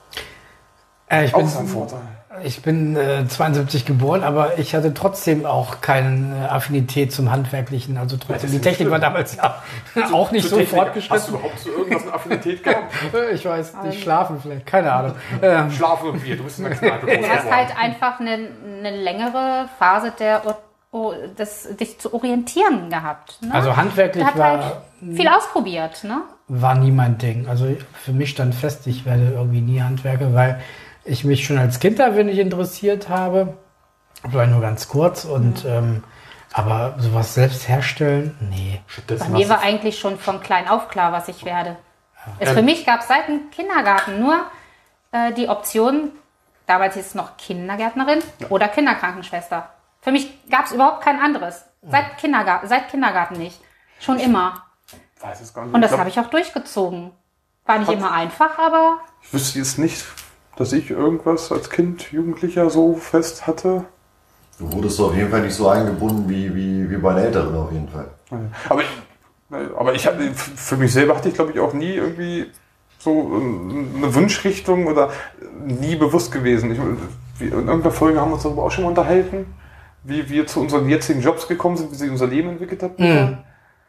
Äh, ich
auch
bin,
so ein Vorteil.
Ich bin äh, zweiundsiebzig geboren, aber ich hatte trotzdem auch keine äh, Affinität zum Handwerklichen. Also trotzdem, die Technik war damals ja auch nicht
Zu
so
Technik.
fortgeschritten.
Hast du überhaupt zu irgendwas eine Affinität gehabt?
Ich weiß nicht, schlafen vielleicht, keine Ahnung. Ähm,
Schlafen und Bier, du bist in der Kneipe.
du hast halt einfach eine, eine längere Phase der oh, des, dich zu orientieren gehabt. Ne?
Also handwerklich
hat
war,
halt viel ausprobiert, ne?
war nie mein Ding. Also für mich stand fest, ich werde irgendwie nie Handwerker, weil ich mich schon als Kind da wenig interessiert habe. Vielleicht nur ganz kurz. Und, mhm. ähm, aber sowas selbst herstellen, nee.
Bei mir war eigentlich schon von klein auf klar, was ich werde. Es für mich gab es seit dem Kindergarten nur äh, die Option, damals hieß es noch Kindergärtnerin ja. oder Kinderkrankenschwester. Für mich gab es überhaupt kein anderes. Seit, Kindergar- seit Kindergarten nicht. Schon immer.
Weiß es gar nicht.
Und das habe ich auch durchgezogen. War nicht
Hat-
immer einfach, aber
Ich wüsste jetzt nicht, dass ich irgendwas als Kind, Jugendlicher so fest hatte.
Du wurdest auf jeden Fall nicht so eingebunden wie, wie, wie bei den Älteren auf jeden Fall.
Aber ich, aber ich hatte, für mich selber hatte ich glaube ich auch nie irgendwie so eine Wunschrichtung oder nie bewusst gewesen. Ich, in irgendeiner Folge haben wir uns darüber auch schon mal unterhalten, wie wir zu unseren jetzigen Jobs gekommen sind, wie sich unser Leben entwickelt hat. Mhm.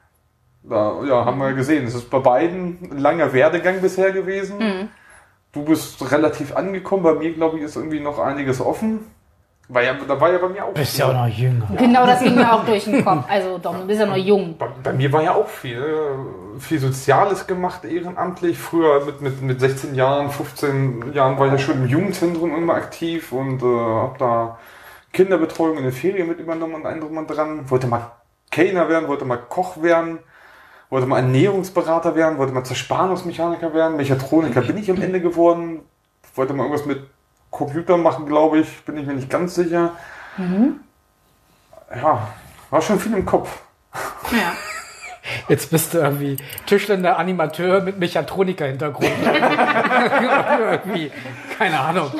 Da ja, haben wir gesehen. Es ist bei beiden ein langer Werdegang bisher gewesen. Mhm. Du bist relativ angekommen. Bei mir, glaube ich, ist irgendwie noch einiges offen. War ja, da war ja bei mir auch.
Du bist ja auch noch jünger.
Ja. Genau, das ging mir auch durch den Kopf. Also, Dom, du bist ja noch jung.
Bei, bei mir war ja auch viel. Viel Soziales gemacht, ehrenamtlich. Früher mit, mit, mit sechzehn Jahren, fünfzehn Jahren war ich ja schon im Jugendzentrum immer aktiv und äh, habe da Kinderbetreuung in den Ferien mit übernommen und ein drum und dran. Wollte mal Kellner werden, wollte mal Koch werden. Wollte mal Ernährungsberater werden, wollte mal Zerspannungsmechaniker werden, Mechatroniker bin ich am Ende geworden, wollte mal irgendwas mit Computer machen, glaube ich, bin ich mir nicht ganz sicher. Mhm. Ja, war schon viel im Kopf.
Ja.
Jetzt bist du irgendwie Tischler, Animateur mit Mechatroniker-Hintergrund. Irgendwie, keine Ahnung.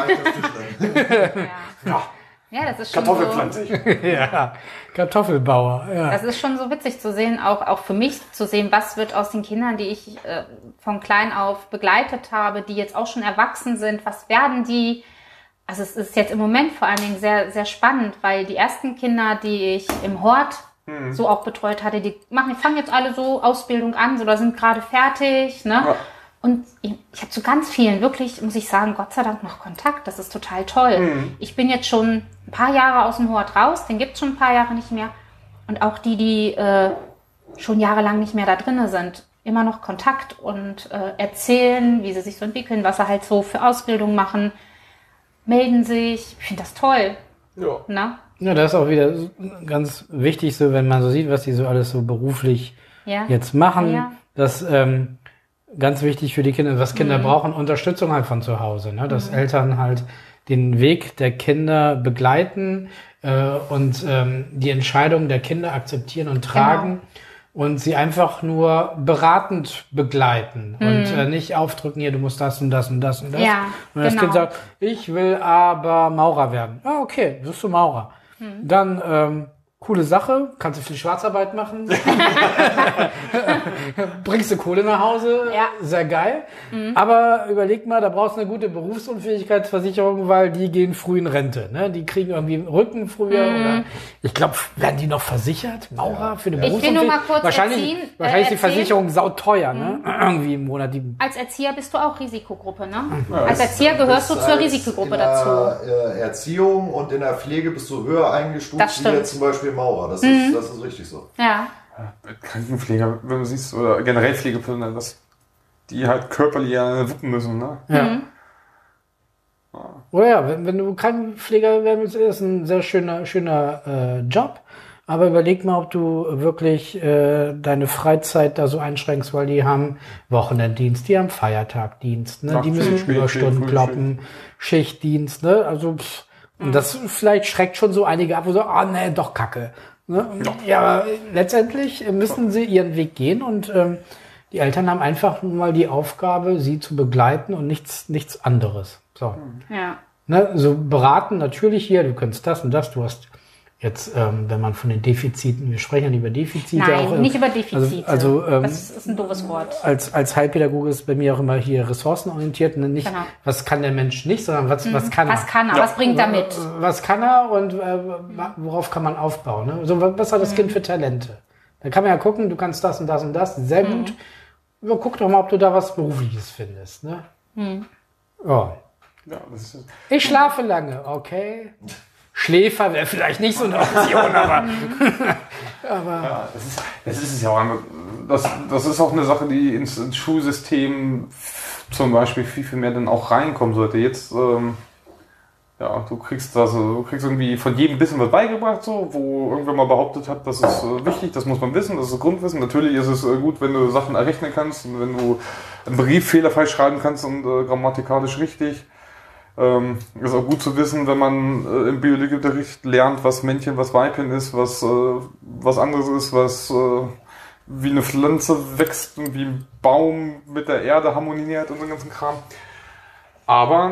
Ja. Ja. Ja, das ist schon
Kartoffelpflanze.
So,
ja, Kartoffelbauer. Ja.
Das ist schon so witzig zu sehen, auch, auch für mich zu sehen, was wird aus den Kindern, die ich äh, von klein auf begleitet habe, die jetzt auch schon erwachsen sind, was werden die? Also es ist jetzt im Moment vor allen Dingen sehr, sehr spannend, weil die ersten Kinder, die ich im Hort hm. so auch betreut hatte, die machen, die fangen jetzt alle so Ausbildung an, so, oder sind gerade fertig, ne? Ja. Und ich, ich habe zu ganz vielen wirklich, muss ich sagen, Gott sei Dank noch Kontakt. Das ist total toll. Mhm. Ich bin jetzt schon ein paar Jahre aus dem Hort raus. Den gibt's schon ein paar Jahre nicht mehr. Und auch die, die äh, schon jahrelang nicht mehr da drinne sind, immer noch Kontakt und äh, erzählen, wie sie sich so entwickeln, was sie halt so für Ausbildung machen, melden sich. Ich finde das toll.
Ja.
Na?
Ja, das ist auch wieder ganz wichtig, so wenn man so sieht, was die so alles so beruflich ja. jetzt machen. Ja. Dass ähm, ganz wichtig für die Kinder, was Kinder mhm. brauchen, Unterstützung halt von zu Hause, ne? Dass mhm. Eltern halt den Weg der Kinder begleiten äh, und ähm, die Entscheidungen der Kinder akzeptieren und tragen genau. und sie einfach nur beratend begleiten mhm. und äh, nicht aufdrücken, hier, du musst das und das und das und das.
Ja,
und das
genau.
Kind sagt, ich will aber Maurer werden. Ah, okay, wirst du Maurer. Mhm. Dann ähm, coole Sache, kannst du viel Schwarzarbeit machen. Bringst du Kohle nach Hause,
ja.
sehr geil. Mhm. Aber überleg mal, da brauchst du eine gute Berufsunfähigkeitsversicherung, weil die gehen früh in Rente. Ne? Die kriegen irgendwie einen Rücken früher. Mhm. Oder ich glaube, werden die noch versichert? Maurer ja. für eine Berufsunfähigkeit?
Ich will nur mal kurz
wahrscheinlich,
erziehen,
wahrscheinlich
äh,
ist die Versicherung sauteuer, mhm. ne? Irgendwie im Monat. Die
als Erzieher bist du auch Risikogruppe, ne? Ja, als Erzieher gehörst du zur Risikogruppe
in der,
dazu.
Äh, Erziehung und in der Pflege bist du höher eingestuft wie jetzt zum Beispiel Maurer. Das, mhm. ist, das ist richtig so.
Ja.
Krankenpfleger, wenn du siehst, oder generell Pflegepersonen, dass die halt körperlich ja wuppen müssen, ne?
Ja. Mhm. Oh ja, wenn, wenn du Krankenpfleger werden willst, ist ein sehr schöner, schöner äh, Job. Aber überleg mal, ob du wirklich äh, deine Freizeit da so einschränkst, weil die haben Wochenenddienst, die haben Feiertagdienst, ne? Die müssen
Schicht,
Überstunden
Schicht,
kloppen, Schichtdienst, ne? Also pff, und das vielleicht schreckt schon so einige ab, wo so, ah oh, nee, doch Kacke. Ne? Ja, aber letztendlich müssen sie ihren Weg gehen und ähm, die Eltern haben einfach nur mal die Aufgabe, sie zu begleiten und nichts, nichts anderes. So.
Ja.
Ne? So beraten natürlich hier, du kannst das und das, du hast jetzt, ähm, wenn man von den Defiziten, wir sprechen ja nicht über Defizite.
Nein,
auch,
nicht über Defizite.
Also, also ähm,
das ist ein doofes Wort.
Als, als Heilpädagoge ist bei mir auch immer hier ressourcenorientiert, ne? Nicht, genau. was kann der Mensch nicht, sondern was, mhm. was kann er.
Was kann er, ja. was bringt er mit?
Was kann er und äh, worauf kann man aufbauen? Ne? Also, was hat das mhm. Kind für Talente? Da kann man ja gucken, du kannst das und das und das, sehr mhm. gut. Aber guck doch mal, ob du da was Berufliches findest. Ne? Mhm. Ja.
Ja, das ist
ich schlafe lange, okay. Schläfer wäre vielleicht nicht so eine Option, aber... aber
ja, das ist, das ist es ja auch. Das, das ist auch eine Sache, die ins, ins Schulsystem zum Beispiel viel, viel mehr dann auch reinkommen sollte. Jetzt, ähm, ja, du kriegst das, du kriegst irgendwie von jedem ein bisschen was beigebracht, so, wo irgendwer mal behauptet hat, das ist äh, wichtig, das muss man wissen, das ist Grundwissen. Natürlich ist es äh, gut, wenn du Sachen errechnen kannst und wenn du einen Brief fehlerfrei schreiben kannst und äh, grammatikalisch richtig. Ähm, ist auch gut zu wissen, wenn man äh, im Biologieunterricht lernt, was Männchen, was Weibchen ist, was, äh, was anderes ist, was äh, wie eine Pflanze wächst und wie ein Baum mit der Erde harmoniert und so ganzen Kram. Aber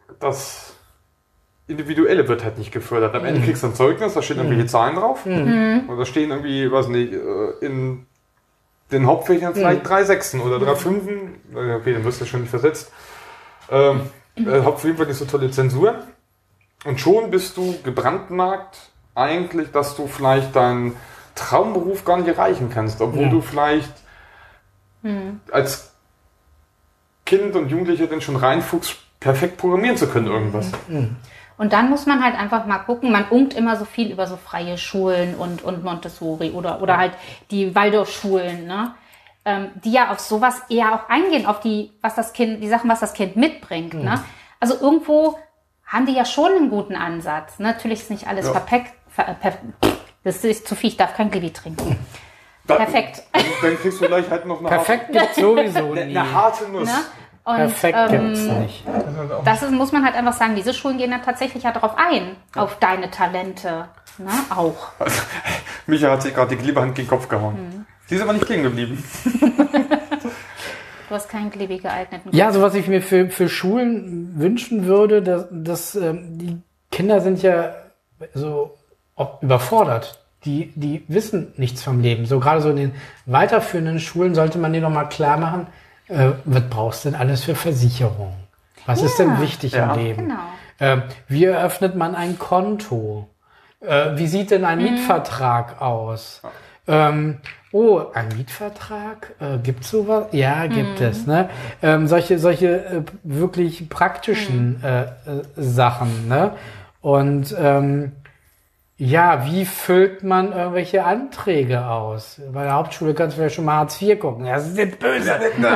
das Individuelle wird halt nicht gefördert. Am Ende kriegst du ein Zeugnis, da stehen irgendwelche Zahlen drauf.
Mhm.
Und da stehen irgendwie, weiß nicht, in den Hauptfächern vielleicht mhm. drei Sechsen oder drei Fünfen. Okay, dann wirst du schon nicht versetzt. Ähm, äh, hab auf jeden Fall nicht so tolle Zensur. Und schon bist du gebrandmarkt eigentlich, dass du vielleicht deinen Traumberuf gar nicht erreichen kannst, obwohl ja. du vielleicht mhm. als Kind und Jugendlicher dann schon reinfuchst, perfekt programmieren zu können, irgendwas.
Mhm. Und dann muss man halt einfach mal gucken, man unkt immer so viel über so freie Schulen und, und Montessori oder, oder halt die Waldorfschulen, ne? Ähm, die ja auf sowas eher auch eingehen, auf die, was das Kind, die Sachen, was das Kind mitbringt, mhm. ne? Also irgendwo haben die ja schon einen guten Ansatz. Ne? Natürlich ist nicht alles ja. perfekt. Per, das ist zu viel, ich darf kein Glibi trinken.
Dann,
perfekt.
Dann kriegst du gleich halt noch eine
perfekt gibt sowieso nie.
Eine harte Nuss.
Ne? Und,
perfekt
ähm,
gibt's nicht.
Das ist, muss man halt einfach sagen, diese Schulen gehen da tatsächlich ja darauf ein, ja. auf deine Talente. Ne? Auch.
Also, Micha hat sich gerade die Glibehand gegen den Kopf gehauen. Hm. Sie ist aber nicht klingen geblieben.
Du hast keinen Glibi geeigneten.
Ja, so was ich mir für, für Schulen wünschen würde, dass, dass ähm, die Kinder sind ja so überfordert. Die, die wissen nichts vom Leben. So gerade so in den weiterführenden Schulen sollte man denen noch mal klar machen, äh, was brauchst du denn alles für Versicherung? Was ja. ist denn wichtig ja. im Leben?
Genau.
Äh, wie eröffnet man ein Konto? Äh, wie sieht denn ein mhm. Mietvertrag aus? Ähm, oh, ein Mietvertrag? Äh, gibt's sowas? Ja, gibt mhm. es. Ne? Ähm, solche solche äh, wirklich praktischen mhm. äh, äh, Sachen. Ne? Und ähm, ja, wie füllt man irgendwelche Anträge aus? Bei der Hauptschule kannst du ja schon mal Hartz vier gucken. Das ist nicht böse.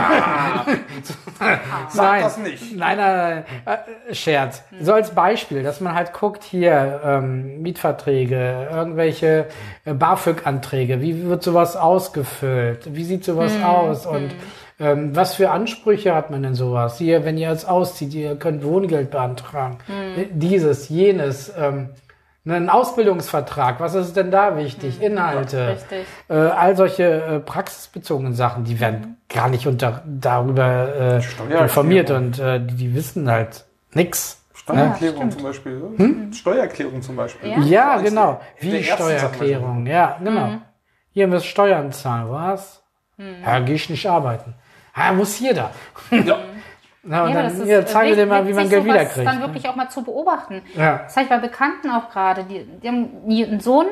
Sag das nicht.
Nein, nein, nein. Äh, Scherz. So als Beispiel, dass man halt guckt, hier ähm, Mietverträge, irgendwelche äh, BAföG-Anträge. Wie wird sowas ausgefüllt? Wie sieht sowas hm, aus? Und hm. ähm, was für Ansprüche hat man denn sowas? Hier, wenn ihr jetzt auszieht, ihr könnt Wohngeld beantragen. Hm. Dieses, jenes. Ähm, Ein Ausbildungsvertrag, was ist denn da wichtig? Mhm. Inhalte,
Richtig.
Äh, all solche äh, praxisbezogenen Sachen, die werden mhm. gar nicht unter, darüber äh, informiert und äh, die, die wissen halt nix.
Steuererklärung
ja,
zum Beispiel.
Hm?
Steuererklärung zum Beispiel.
Ja, ja genau. Wie Steuererklärung, ja, genau. Mhm. Hier müsst Steuern zahlen, was? Mhm. Ja, geh ich nicht arbeiten. Ja, muss jeder. Ja. Na, und
ja,
dann hier, zeige dir mal, wie man Geld wiederkriegt.
Dann wirklich auch mal zu beobachten.
Ja.
Das habe ich bei Bekannten auch gerade. Die, die haben einen Sohn,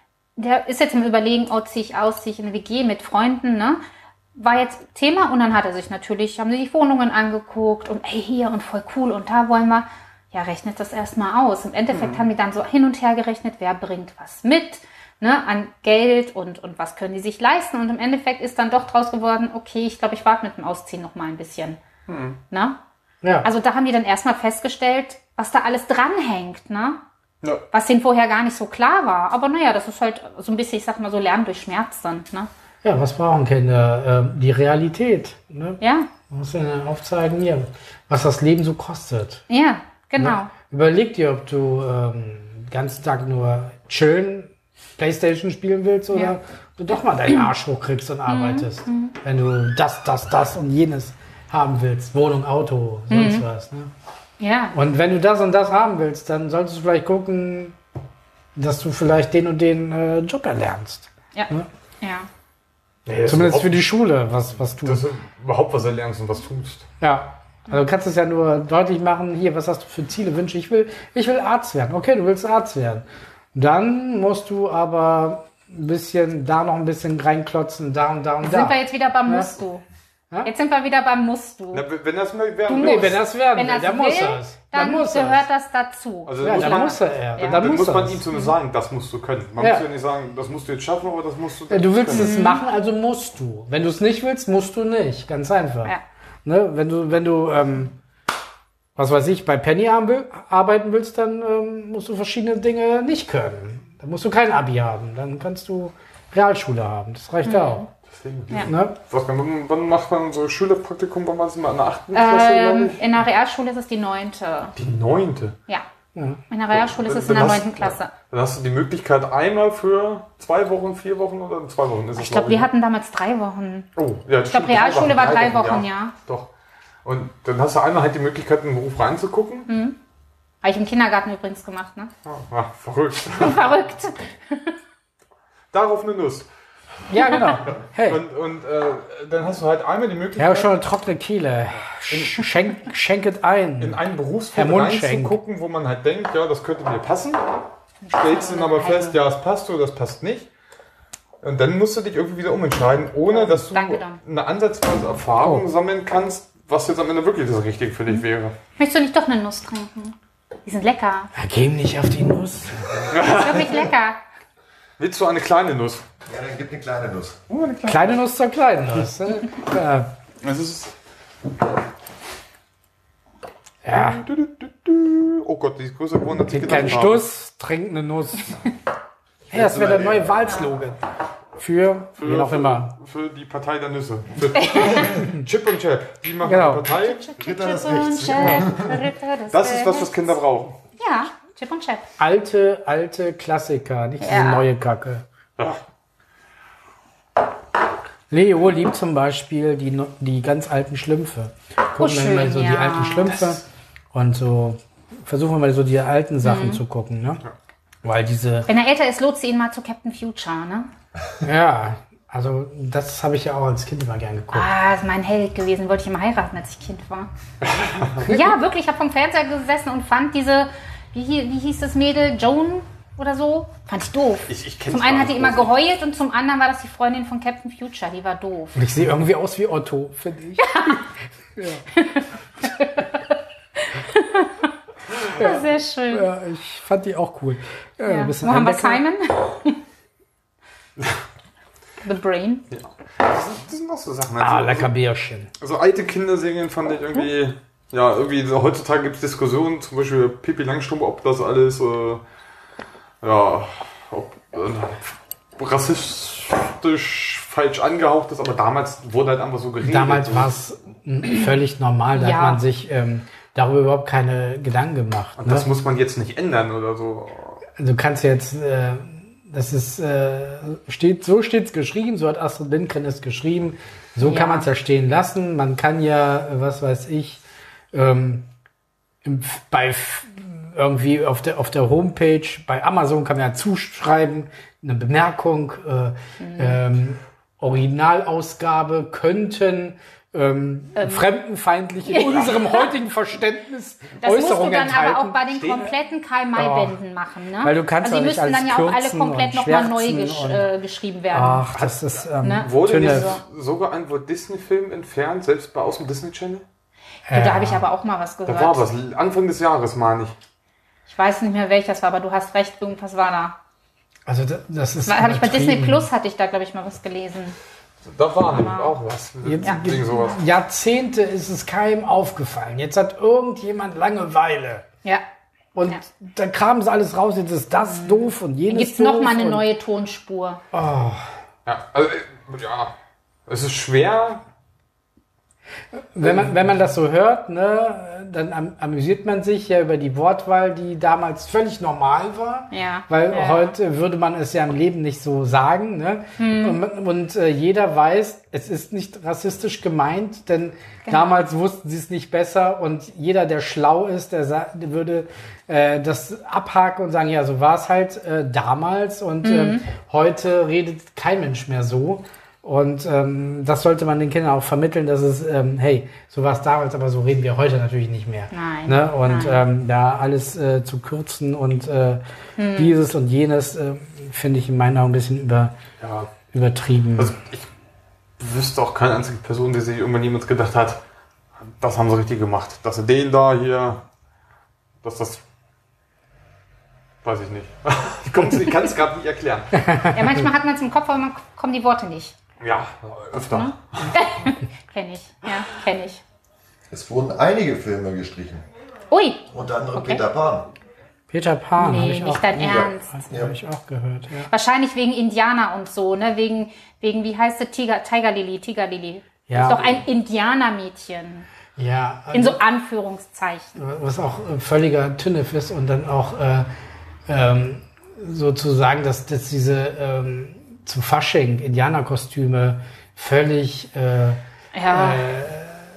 der ist jetzt im Überlegen, oh, ziehe ich aus, ziehe ich in eine W G mit Freunden, ne? War jetzt Thema und dann hat er sich natürlich, haben sie die Wohnungen angeguckt und ey, hier und voll cool und da wollen wir. Ja, rechnet das erstmal aus. Im Endeffekt mhm. haben die dann so hin und her gerechnet, wer bringt was mit, ne, an Geld und, und was können die sich leisten. Und im Endeffekt ist dann doch draus geworden, okay, ich glaube, ich warte mit dem Ausziehen noch mal ein bisschen. Hm. Ne?
Ja.
Also da haben die dann erstmal festgestellt, was da alles dranhängt, ne?
Ja.
Was denen vorher gar nicht so klar war. Aber naja, das ist halt so ein bisschen, ich sag mal so, Lernen durch Schmerz dann, ne?
Ja, was brauchen Kinder? Ähm, die Realität. Ne?
Ja.
Man muss ihnen aufzeigen, hier, was das Leben so kostet.
Ja, genau.
Ne? Überleg dir, ob du ähm, den ganzen Tag nur chillen, Playstation spielen willst oder ja. du doch mal deinen Arsch hochkriegst und arbeitest. Mhm. Wenn du das, das, das und jenes haben willst. Wohnung, Auto, sonst mhm. was. Ne?
Ja.
Und wenn du das und das haben willst, dann solltest du vielleicht gucken, dass du vielleicht den und den äh, Job erlernst.
Ja.
Ne?
Ja.
Nee,
zumindest für die Schule, was, was du...
Dass du überhaupt was erlernst und was tust.
Ja. Also du kannst es ja nur deutlich machen, hier, was hast du für Ziele, Wünsche? Ich will, ich will Arzt werden. Okay, du willst Arzt werden. Dann musst du aber ein bisschen, da noch ein bisschen reinklotzen, da und da und da.
Sind wir jetzt wieder beim
ja?
Musst du. Ja? Jetzt sind wir wieder beim Musst du.
Na, wenn das werden
nee, wenn das werden
wenn
will,
das
dann
will,
muss es.
Dann,
dann muss
gehört
es.
das dazu.
Also
ja,
muss
dann
man,
muss er.
Ja.
Dann,
dann
muss,
muss man
es.
ihm zu sagen, das musst du können. Man
ja.
muss ja nicht sagen, das musst du jetzt schaffen, aber das musst du
ja, Du willst
können.
es machen, also musst du. Wenn du es nicht willst, musst du nicht. Ganz einfach.
Ja.
Ne? Wenn du, wenn du ähm, was weiß ich, bei Penny arbeiten willst, dann ähm, musst du verschiedene Dinge nicht können. Dann musst du kein Abi haben. Dann kannst du Realschule haben. Das reicht
mhm.
auch.
Deswegen,
ja.
Ne?
Was, wann, wann macht man so Schülerpraktikum? Wann war es immer? In der achten Klasse,
ähm,
glaube ich?
In der Realschule ist es die neunte.
Die neunte?
Ja.
Ja.
In der Realschule ist es
Dann
in der
hast-
neunten Klasse.
Dann hast du die Möglichkeit einmal für zwei Wochen, vier Wochen oder in zwei Wochen ist es,
Ich glaube,
glaub
wir hatten damals drei Wochen.
Oh, ja,
Ich glaube, Realschule war drei Wochen, ja.
Doch. Und dann hast du einmal halt die Möglichkeit, in den Beruf reinzugucken.
Mhm. Habe ich im Kindergarten übrigens gemacht, ne?
Ah, ah, verrückt.
Verrückt.
Darauf eine Nuss.
Ja, genau. Hey.
Und, und äh, dann hast du halt einmal die Möglichkeit,
Ja, aber schon eine trockene Kehle. Schenk, schenk es ein.
in einen
Herr
Berufsfeld
Mundschenk.
reinzugucken, wo man halt denkt, ja, das könnte mir passen. Stellst dann aber fest, ja, es passt oder das passt nicht. Und dann musst du dich irgendwie wieder umentscheiden, ohne dass du
Danke, Don.
eine ansatzweise Erfahrung
Oh.
sammeln kannst, was jetzt am Ende wirklich das Richtige für dich wäre.
Möchtest du nicht doch eine Nuss trinken? Die sind lecker.
Ja, geh ihm nicht auf die Nuss.
Das ist wirklich lecker.
Willst du eine kleine Nuss?
Ja, dann gib eine kleine Nuss.
Oh, eine kleine.
Kleine Nuss zur kleinen Nuss. ne? Ja.
Es ist,
ja.
oh Gott, die ist größer geworden, als ich
Trink
gedacht
keinen
habe.
Stuss, trink eine Nuss. Hey, das wäre der neue Wahlslogan. Für,
Für,
wie auch
für,
immer.
Für die Partei der Nüsse. Für Chip und Chap. Die machen
Genau.
eine Partei.
Ritter des
Chip und
Rechts.
Chap, Ritter des
Das ist was, was
Rechts.
Kinder brauchen.
Ja, Chip und Chap.
Alte, alte Klassiker, nicht diese
Ja.
neue Kacke.
Ja.
Leo liebt zum Beispiel die, no- die ganz alten Schlümpfe. Gucken dann
schön,
mal so die
ja.
alten Schlümpfe und so versuchen wir mal so die alten
Mhm.
Sachen zu gucken, ne? Weil diese,
Wenn er älter ist, lotst du ihn mal zu Captain Future, ne?
ja, also das habe ich ja auch als Kind immer gern geguckt.
Ah, das ist mein Held gewesen. Wollte ich immer heiraten, als ich Kind war. Ja, wirklich. Ich habe vom Fernseher gesessen und fand diese, wie, hie- wie hieß das Mädel? Joan oder so? Fand ich doof.
Ich- ich kenn's
zum einen
gar
hat die
nicht
immer
groß.
geheult und zum anderen war das die Freundin von Captain Future. Die war doof.
Und ich sehe irgendwie aus wie Otto, finde ich.
Ja. Sehr schön.
Ja, ich fand die auch cool. Ja,
Ja.
ein bisschen
Wo haben wir
Eindecker.
Simon? The Brain.
Das sind auch so Sachen.
Ah,
Also,
lecker Bärchen.
also alte Kinderserien fand ich irgendwie, ja, irgendwie so, heutzutage gibt es Diskussionen, zum Beispiel Pippi Langstrumpf, ob das alles, äh, ja, ob, äh, rassistisch falsch angehaucht ist, aber damals wurde halt einfach so geredet.
Damals war es völlig normal, da
Ja.
hat man sich ähm, darüber überhaupt keine Gedanken gemacht.
Und
Ne?
das muss man jetzt nicht ändern oder so.
Du kannst jetzt, äh, das ist, äh, steht, so steht's geschrieben, so hat Astrid Lindgren es geschrieben, so
Ja.
kann man es ja stehen lassen. Man kann ja, äh, was weiß ich, ähm, im, bei f- irgendwie auf der auf der Homepage bei Amazon kann man ja zuschreiben, eine Bemerkung, äh, ähm, Originalausgabe könnten ähm, fremdenfeindlich in unserem heutigen Verständnis
Das musst du
Äußerungen
dann
enthalten.
aber auch bei den kompletten Karl-May-Bänden machen, ne?
Weil du kannst
also die
auch nicht
müssen dann
alles
ja auch alle
kürzen
komplett
und
nochmal neu
schwärzen
gesch
und-
äh, geschrieben werden.
Ach, das ist ähm,
Ne?
Wurde
Tünne.
nicht sogar ein Walt Disney-Film entfernt, selbst bei aus dem Disney Channel?
Du, da habe ich aber auch mal was
Da
gehört.
war was, Anfang des Jahres, meine ich.
Ich weiß nicht mehr, welches war, aber du hast recht, irgendwas war da.
Also das, das ist
Habe ich bei
übertrieben.
Disney Plus, hatte ich da, glaube ich, mal was gelesen.
Da war nämlich auch was.
Jetzt,
Wegen sowas.
Jahrzehnte ist es keinem aufgefallen. Jetzt hat irgendjemand Langeweile.
Ja.
Und
Ja.
dann kramen sie alles raus. Jetzt ist das doof und jenes
Gibt es
doof.
noch mal eine
und-
neue Tonspur?
Ja, also, äh, ja, es ist schwer.
Wenn man, wenn man das so hört, ne, dann am, amüsiert man sich ja über die Wortwahl, die damals völlig normal war.
Ja.
Weil
Ja.
heute würde man es ja im Leben nicht so sagen. Ne? Und, und äh, jeder weiß, es ist nicht rassistisch gemeint, denn
Genau.
damals wussten sie es nicht besser. Und jeder, der schlau ist, der, sa- der würde äh, das abhaken und sagen, ja, so war es halt äh, damals. Und ähm, heute redet kein Mensch mehr so. Und ähm, das sollte man den Kindern auch vermitteln, dass es, ähm, hey, so war es damals, aber so reden wir heute natürlich nicht mehr.
Nein,
Ne? Und
nein.
ähm, da alles äh, zu kürzen und äh, dieses und jenes, äh, finde ich in meinen Augen ein bisschen über,
Ja,
übertrieben.
also ich wüsste auch keine einzige Person, die sich irgendwann jemals gedacht hat, das haben sie richtig gemacht. Dass sie den da hier, dass das, weiß ich nicht. Ich, komm's- ich kann es gerade nicht erklären.
Ja, manchmal hat man es im Kopf, aber man kommen die Worte nicht.
Ja, öfter.
Kenne ich. Ja, kenne ich.
Es wurden einige Filme gestrichen.
Ui,
Unter anderem
Okay.
Peter Pan.
Peter Pan
Nee,
habe ich
nicht
auch,
dein
ja,
Ernst.
habe ich auch gehört. Ja.
wahrscheinlich wegen Indianer und so, ne? Wegen, wegen wie heißt es, Tiger, Tiger Lily, Tiger Lily.
Ja.
Ist doch ein Indianermädchen.
Ja,
In
also,
so Anführungszeichen.
was auch äh, völliger Tünnef ist und dann auch äh, ähm, sozusagen, dass, dass diese ähm, zu Fasching Indianerkostüme völlig äh,
Ja.
äh,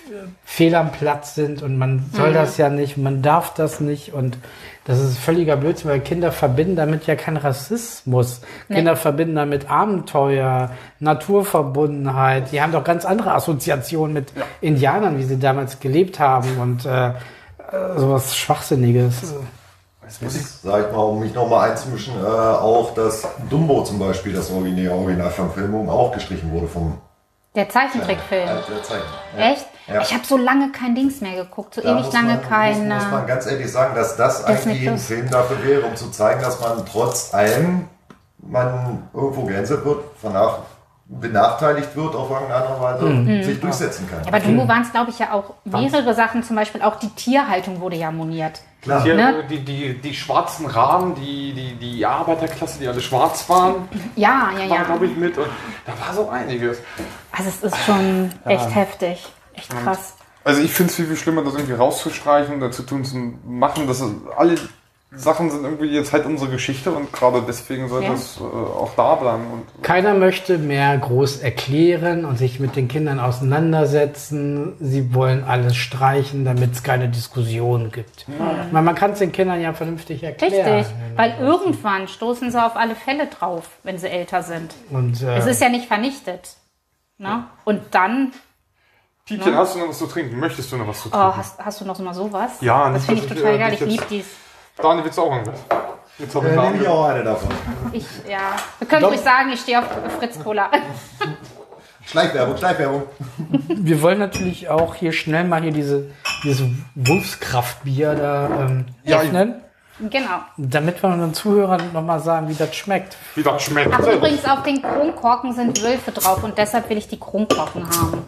fehl am Platz sind und man soll
Mhm.
das ja nicht, man darf das nicht und das ist völliger Blödsinn, weil Kinder verbinden damit ja keinen Rassismus.
Nee.
Kinder verbinden damit Abenteuer, Naturverbundenheit. Die haben doch ganz andere Assoziationen mit Indianern, wie sie damals gelebt haben und äh, sowas Schwachsinniges.
Das muss ich, sag ich mal, um mich nochmal einzumischen, äh, auch, dass Dumbo zum Beispiel, das Original, Originalverfilmung, auch gestrichen wurde vom
Der Zeichentrickfilm.
äh, der Zeichen. Ja.
Echt?
Ja.
Ich habe so lange kein Dings mehr geguckt, so
Da
ewig
muss
lange
man,
kein.
Muss, muss man ganz ehrlich sagen, dass das
Disney
eigentlich ein
Plus.
Film dafür wäre, um zu zeigen, dass man trotz allem man irgendwo gehänselt wird, vernach, benachteiligt wird auf irgendeine andere Weise, sich durchsetzen kann.
Aber Dumbo waren es, glaube ich, ja auch mehrere Sachen, zum Beispiel auch die Tierhaltung wurde ja moniert.
Klar.
Hier,
Ne?
die, die, die schwarzen Raben, die, die, die Arbeiterklasse, die alle schwarz waren,
Ja, ja,
war,
ja.
glaube ich, mit. Und da war so einiges.
Also es ist schon echt heftig. Echt krass.
Also ich finde es viel, viel schlimmer, das irgendwie rauszustreichen und dazu tun zu machen. Das ist, alle Sachen sind irgendwie jetzt halt unsere Geschichte und gerade deswegen sollte
Ja.
es äh, auch da bleiben. Und,
Keiner möchte mehr groß erklären und sich mit den Kindern auseinandersetzen. Sie wollen alles streichen, damit es keine Diskussion gibt. Man, man kann es den Kindern ja vernünftig erklären.
Richtig. Weil irgendwann stoßen sie auf alle Fälle drauf, wenn sie älter sind.
Und, äh,
Es ist ja nicht vernichtet. Ne? Und dann,
Tietjen, hast du noch was zu trinken? Möchtest du noch was zu
oh,
trinken?
hast, hast du noch mal sowas?
Ja,
das
nicht,
finde ich
dass ich,
total
äh,
geil.
dich
Ich liebe
jetzt-
dies.
Daniel, willst du auch irgendwas? Jetzt habe ich
Dann nehme ich
Namen.
auch eine davon.
Ich, ja. Wir können
Doch.
ruhig sagen, ich stehe auf Fritz Cola.
Schleichwerbung, Schleichwerbung.
wir wollen natürlich auch hier schnell mal hier diese, dieses Wolfskraftbier da ähm,
Ja,
öffnen,
Genau.
damit wir unseren Zuhörern nochmal sagen, wie das schmeckt.
Wie das schmeckt.
Ach, übrigens, auf den Kronkorken sind Wölfe drauf und deshalb will ich die Kronkorken haben.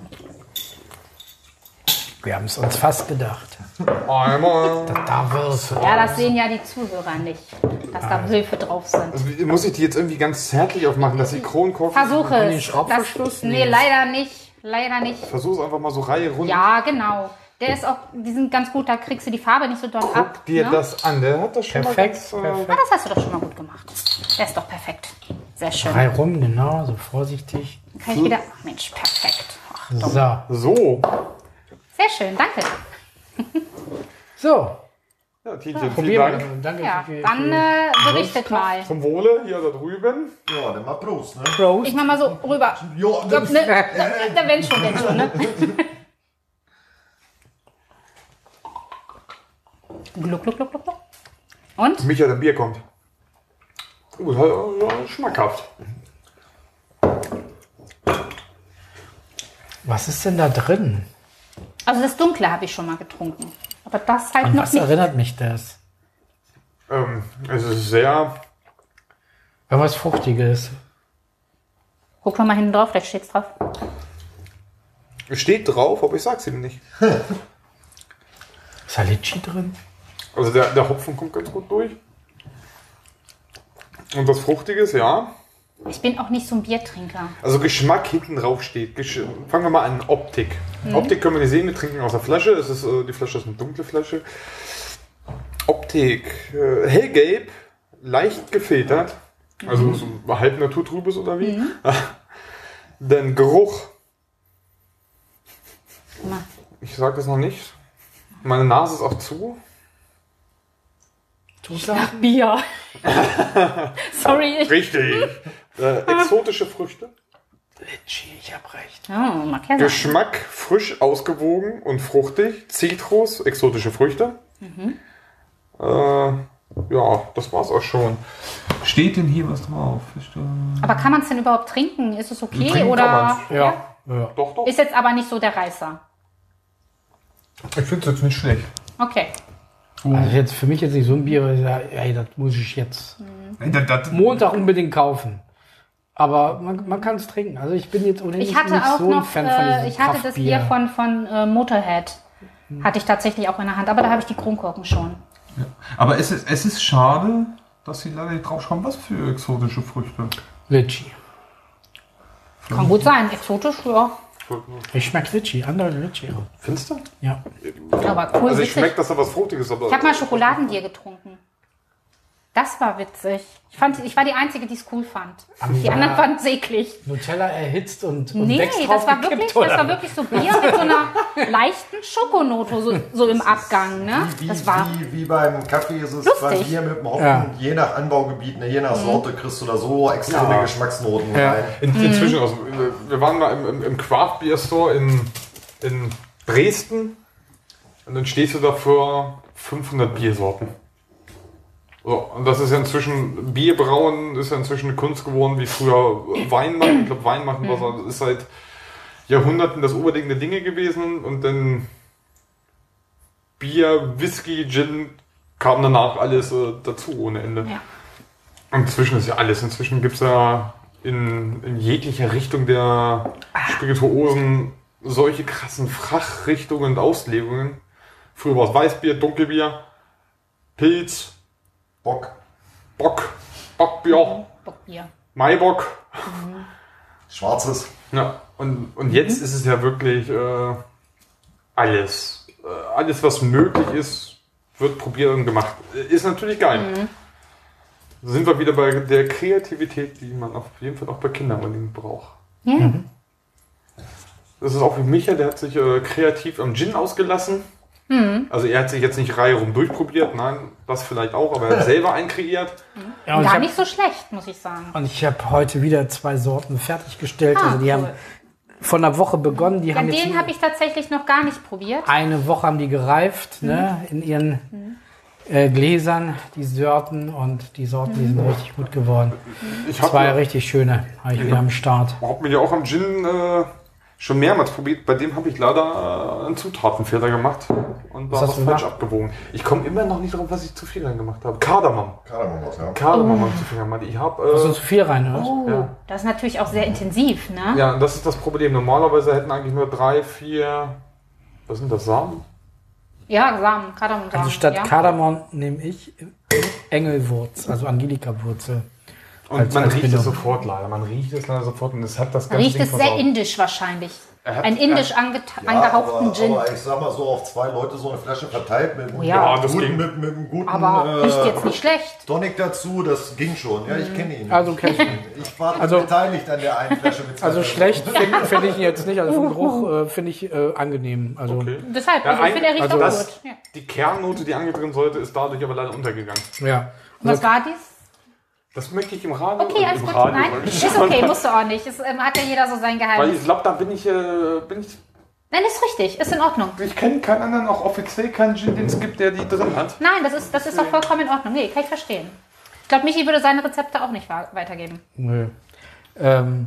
Wir haben es uns fast gedacht.
Einmal.
Da Wölfe.
Ja, das sehen ja die Zuhörer nicht, dass da Wölfe drauf sind.
Also, wie- muss ich die jetzt irgendwie ganz zärtlich aufmachen, dass die Kronkorken...
Versuche
den
es.
Schraubverschluss
Das, nee, leider nicht. Leider nicht.
Versuch's einfach mal so Reihe rund.
Ja, genau. Der ist auch, die sind ganz gut, da kriegst du die Farbe nicht so doll ab.
Guck dir
ne?
das an. Der hat das schon
Perfekt,
mal ganz... Äh,
Ah, das hast du doch schon mal gut gemacht. Der ist doch perfekt. Sehr schön.
Drei rum, genau, so vorsichtig.
Kann ich wieder... Ach, Mensch, perfekt. Ach, dumm.
So.
so.
Sehr schön, danke.
So,
Ja, Tietjen, vielen
probieren wir.
Dank.
Danke
Ja,
für,
dann
für
äh, berichtet mal.
Zum Wohle, hier da drüben.
Ja, dann mal Prost, ne?
Prost.
Ich mach mal so rüber.
Ja,
Ja,
das,
ne, da wenn schon, wenn schon, ne? Gluck, gluck, gluck, gluck, gluck. Und?
Micha, dein Bier kommt. Gut, halt, ja, schmackhaft.
Was ist denn da drin?
Also das Dunkle habe ich schon mal getrunken. Aber das halt
An
noch
was
nicht.
erinnert mich das?
Ähm, es ist sehr...
Irgendwas Fruchtiges.
Guck doch mal hinten drauf, da steht's drauf.
Es steht drauf, aber ich sag's ihm nicht.
Ist da Litschi drin?
Also der, der Hopfen kommt ganz gut durch. Und das Fruchtiges, ja.
Ich bin auch nicht so ein Biertrinker.
Also Geschmack hinten drauf steht. Gesch Fangen wir mal an, Optik. Optik können wir nicht sehen, wir trinken aus der Flasche. Es ist, äh, die Flasche ist eine dunkle Flasche. Optik, äh, hellgelb, leicht gefiltert. Also so halb naturtrübes oder wie. Dann Geruch.
Mal.
Ich sag das noch nicht. Meine Nase ist auch zu.
Zusagen?
Bier. Sorry. Ich
Richtig. Äh, exotische Früchte.
Litschi, ich hab recht.
oh, mag ja sein.
Geschmack frisch, ausgewogen und fruchtig. Zitrus, exotische Früchte. Äh, ja, das war's auch schon. Steht denn hier was drauf?
Aber kann man es denn überhaupt trinken? Ist es okay?
Trinken
Oder?
kann man's.
Ja. ja.
Doch, doch.
Ist jetzt aber nicht so der Reißer.
Ich finde es jetzt nicht schlecht.
Okay.
Also jetzt für mich jetzt nicht so ein Bier, weil ich sage, ey, das muss ich jetzt Montag unbedingt kaufen. Aber man, man kann es trinken. Also ich bin jetzt ohnehin
Ich hatte
nicht
auch
so ein
noch,
Fan von
äh,
diesem
ich hatte das
Kraftbier.
Bier von, von äh, Motorhead. Hatte ich tatsächlich auch in der Hand, aber da habe ich die Kronkorken schon.
Aber es ist, es ist schade, dass sie leider nicht draufschreiben, was für exotische Früchte.
Litschi.
Kann gut sein, exotisch, ja.
Ich schmecke Litschi, andere Litschi auch.
Findest du?
Ja.
Aber cool,
Also ich
witzig.
schmeckt, dass da was Fruchtiges ist. Aber
Ich habe mal Schokoladenbier getrunken. Das war witzig. Ich fand, ich war die Einzige, die es cool fand.
Aber
Die
ja.
anderen fanden es eklig.
Nutella erhitzt und, und
Nee,
Becks
das war
draufgekippt,
wirklich,
oder?
das war wirklich so Bier mit so einer leichten Schokonote, so, so im Abgang, ne?
Wie,
Das war,
wie, wie beim Kaffee ist es
lustig.
bei Bier mit dem Hopfen,
Ja.
je nach Anbaugebiet, ne, je nach Sorte kriegst du da so extreme
Ja.
Geschmacksnoten
Ja.
rein.
In, inzwischen, also, wir waren mal im, im, im Craft Beer Store in, in Dresden und dann stehst du da vor fünfhundert Biersorten. So, und das ist ja inzwischen, Bierbrauen ist ja inzwischen eine Kunst geworden, wie früher Wein machen. Ich glaube, Wein machen war so, ist seit Jahrhunderten das oberliegende Dinge gewesen und dann Bier, Whisky, Gin kam danach alles äh, dazu ohne Ende.
ja.
Inzwischen ist ja alles. Inzwischen gibt es ja in, in jeglicher Richtung der Spirituosen solche krassen Fachrichtungen und Auslegungen. Früher war es Weißbier, Dunkelbier, Pilz,
Bock,
Bock, Bockbier,
Bockbier.
Maibock.
schwarzes.
Ja, und, und jetzt ist es ja wirklich äh, alles. Äh, alles, was möglich ist, wird probiert und gemacht. Ist natürlich geil. Sind wir wieder bei der Kreativität, die man auf jeden Fall auch bei Kindern unbedingt braucht.
Ja.
Das ist auch wie Micha, der hat sich äh, kreativ am Gin ausgelassen. Also er hat sich jetzt nicht Reihe rum durchprobiert, nein, das vielleicht auch, aber er hat selber einen kreiert.
Ja, und ich
Gar
hab-
nicht so schlecht, muss ich sagen.
Und ich habe heute wieder zwei Sorten fertiggestellt.
Ah,
also die
cool.
haben von einer Woche begonnen. Die
Ja,
haben jetzt
den habe ich tatsächlich noch gar nicht probiert.
eine Woche haben die gereift, ne, in ihren äh, Gläsern, die Sorten. Und die Sorten, die sind richtig gut geworden.
Ich
Zwei
habe
richtig schöne, habe ich wieder am Start.
hab mir ja auch am Gin äh, schon mehrmals probiert. Bei dem habe ich leider äh, einen Zutatenfehler gemacht und da
Was
was
hast du
falsch
gemacht?
abgewogen. Ich komme immer noch nicht drauf, was ich zu viel rein gemacht habe. Kardamom.
Kardamom was, ja.
Kardamom habe ich zu viel gemacht. Ich habe...
Hast du
Äh,
zu viel rein, oder?
Oh,
Ja.
das ist natürlich auch sehr intensiv, ne?
ja, und das ist das Problem. Normalerweise hätten eigentlich nur drei, vier... Was sind das, Samen?
Ja, Samen, Kardamom-Samen.
Also statt
ja.
Kardamom nehme ich Engelwurz, also Angelika-Wurzel.
Und
Als-
man
als
riecht es
Bindung.
sofort leider. Man riecht es leider sofort und es hat das ganze
Riecht
Ding
es sehr
versaut.
indisch wahrscheinlich.
Er hat-
Ein indisch ange angehauchten
aber,
Gin.
aber ich sag mal so, auf zwei Leute so eine Flasche verteilt mit, einem
ja.
Ja, das
guten,
ging.
mit, mit einem guten
Aber riecht
äh,
jetzt nicht schlecht.
Tonic dazu, das ging schon. Ja, ich kenne ihn.
Also kenn ich ihn.
Ich war
Also-
beteiligt an der einen Flasche mit zwei
Also
Flaschen.
schlecht finde find ich ihn jetzt nicht. Also vom Geruch äh, finde ich äh, angenehm. Also
Okay.
Deshalb,
Ja,
also ich
ein-
finde, er riecht
also
auch
das-
gut. Ja.
Die Kernnote, die angedrungen sollte, ist dadurch aber leider untergegangen.
ja.
Was war dies?
Das möchte ich im Radio.
Okay,
äh,
alles
im
gut.
Radio
Nein,
wollte ich
ist
schon
okay,
sagen.
musst du auch nicht. Es ähm, hat ja jeder so sein
Weil
Geheimnis.
ich glaube, da bin ich, äh, bin ich.
Nein, ist richtig, ist in Ordnung.
Ich kenne keinen anderen, auch offiziell keinen Gin, den es gibt, der die drin hat.
Nein, das ist, das ist doch vollkommen in Ordnung. Nee, kann ich verstehen. Ich glaube, Michi würde seine Rezepte auch nicht wa- weitergeben.
Nö. Ähm,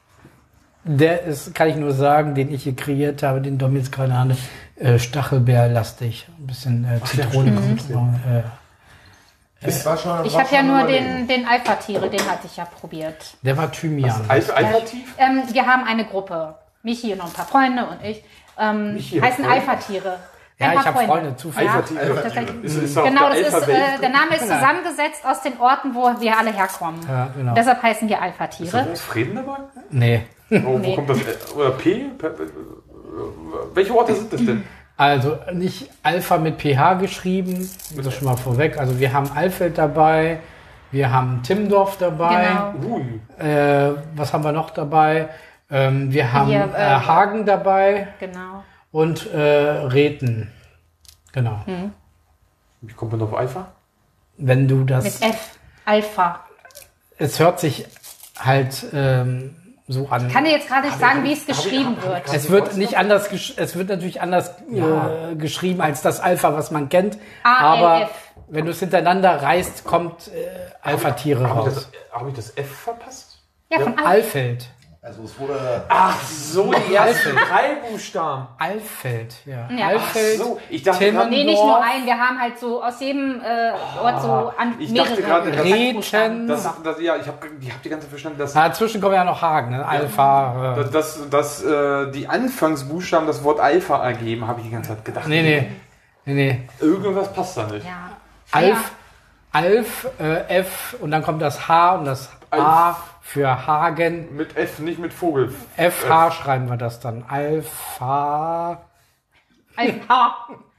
der ist, kann ich nur sagen, den ich hier kreiert habe, den Dom jetzt gerade hatte, äh, Stachelbeerlastig. Ein bisschen äh, Zitrone. äh,
Das war schon,
Ich
war
habe ja
schon
nur
überlegen.
den, den Alpha-Tiere, den hatte ich ja probiert.
der war Thymian.
Alter, alternativ?
Ähm, wir haben eine Gruppe. Michi und noch ein paar Freunde und ich. Ähm,
Michi hat
heißen
Freunde?
Alpha-Tiere.
Ja,
Ein
ich
paar
habe Freunde, zu viel.
Ja,
Alpha-Tiere.
tatsächlich.
Ist, ist auch
Genau,
der
das ist,
Alpha
äh,
Welt
der Name ist zusammengesetzt aus den Orten, wo wir alle herkommen.
Ja, genau.
Deshalb heißen wir
Ist
Alpha-Tiere.
das Frieden dabei?
Nee.
Oh, wo
Nee.
kommt das? äh, Oder P? P- P- Welche Orte sind das denn?
Also nicht Alpha mit P H geschrieben, das schon mal vorweg. Also wir haben Alfeld dabei, wir haben Timmendorf dabei.
Genau.
Ui.
Äh, was haben wir noch dabei? Ähm, wir haben
Hier,
äh,
äh,
Hagen dabei
Genau.
und äh, Reten. Genau.
Wie kommt man auf Alpha?
Wenn du das...
Mit F. Alpha.
Es hört sich halt ähm, so an.
Ich kann dir jetzt gerade nicht sagen, wie es geschrieben
hab- hab-
wird.
Es wird nicht anders, gesch- es wird natürlich anders äh, geschrieben als das Alpha, was man kennt.
A L F.
Aber wenn du es hintereinander reißt, kommt äh, Alpha-Tiere
Habe ich,
raus.
das- hab ich das F verpasst?
Ja, von Alpha.
Alfeld.
Also es wurde
Ach so, die ersten drei Buchstaben.
Alfeld, ja.
Ja.
Alfeld.
So, ich dachte
Timmendorf.
gerade,
Nee, nicht nur einen. Wir haben halt so aus jedem äh, Ort so an
ich
mehrere
dachte gerade, das-
Buchstaben.
das, das, ja, ich habe ich hab die ganze Zeit verstanden, dass,
Ah, dazwischen kommen ja noch Hagen, ne? Alpha. Äh,
dass, dass äh, die Anfangsbuchstaben das Wort Alpha ergeben, habe ich die ganze Zeit gedacht.
nee, nee. Nee, nee.
Irgendwas passt da nicht.
Ja.
Alf, Alf, äh, F und dann kommt das H und das A für Hagen.
Mit F, nicht mit Vogel.
F H schreiben wir das dann. Alpha.
Alpha.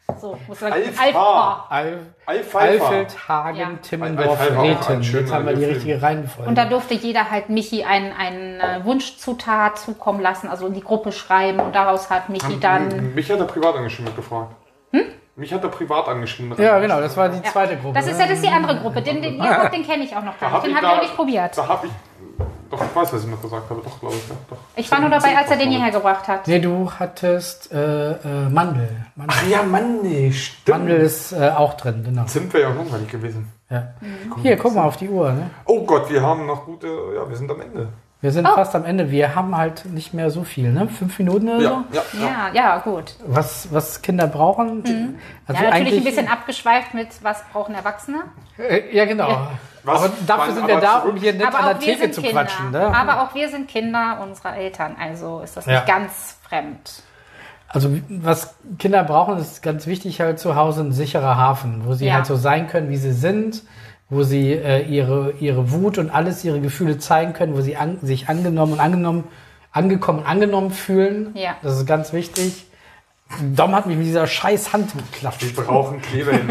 So, muss man
Alpha.
Alpha.
Alf,
Alfalfa.
Alfeld, Hagen,
Ja.
Timmendorf,
Alfalfa auch ein
Reten.
schöner
Jetzt haben wir die
Film.
richtige Reihenfolge.
Und da durfte jeder halt Michi einen, einen äh, Wunschzutat zukommen lassen, also in die Gruppe schreiben und daraus hat Michi dann...
Mich hat er privat angeschrieben mitgefragt. Hm? Mich hat er privat angeschrieben.
ja, genau, das war die zweite Gruppe.
Das ist ja das ist die andere Gruppe, den, den, den, den kenne ich auch noch gar nicht, den habe ich auch nicht probiert.
Da habe ich... Doch, ich weiß, was ich noch gesagt habe. Doch, glaube ich. Doch, doch.
Ich war nur dabei, als er den hierher gebracht hat.
Nee, du hattest äh, äh, Mandel. Mandel.
Ach ja, Mann, nee, stimmt.
Mandel ist äh, auch drin, genau.
Zimt wäre ja auch langweilig gewesen.
Ja. Hier, guck mal auf die Uhr. Ne?
Oh Gott, wir haben noch gute... Ja, wir sind am Ende.
Wir sind
Oh.
fast am Ende. Wir haben halt nicht mehr so viel, ne? Fünf Minuten oder
Ja,
so?
ja, ja.
Ja, ja, gut.
Was, was Kinder brauchen. Also
Ja, natürlich
eigentlich,
ein bisschen abgeschweift mit, was brauchen Erwachsene.
Äh, ja, genau.
Was-
aber dafür
wann
sind wir
aber
da,
zurück-
um hier nett
Aber
an der
auch wir
Theke
sind
zu
Kinder.
quatschen. Ne?
Aber auch wir sind Kinder unserer Eltern, also ist das
Ja.
nicht ganz fremd.
Also was Kinder brauchen, ist ganz wichtig halt zu Hause ein sicherer Hafen, wo sie
Ja.
halt so sein können, wie sie sind, wo sie äh, ihre, ihre Wut und alles, ihre Gefühle zeigen können, wo sie an, sich angenommen und angenommen, angekommen und angenommen fühlen.
Ja.
Das ist ganz wichtig. Dom hat mich mit dieser scheiß Hand geklatscht.
Wir brauchen Kleber hin.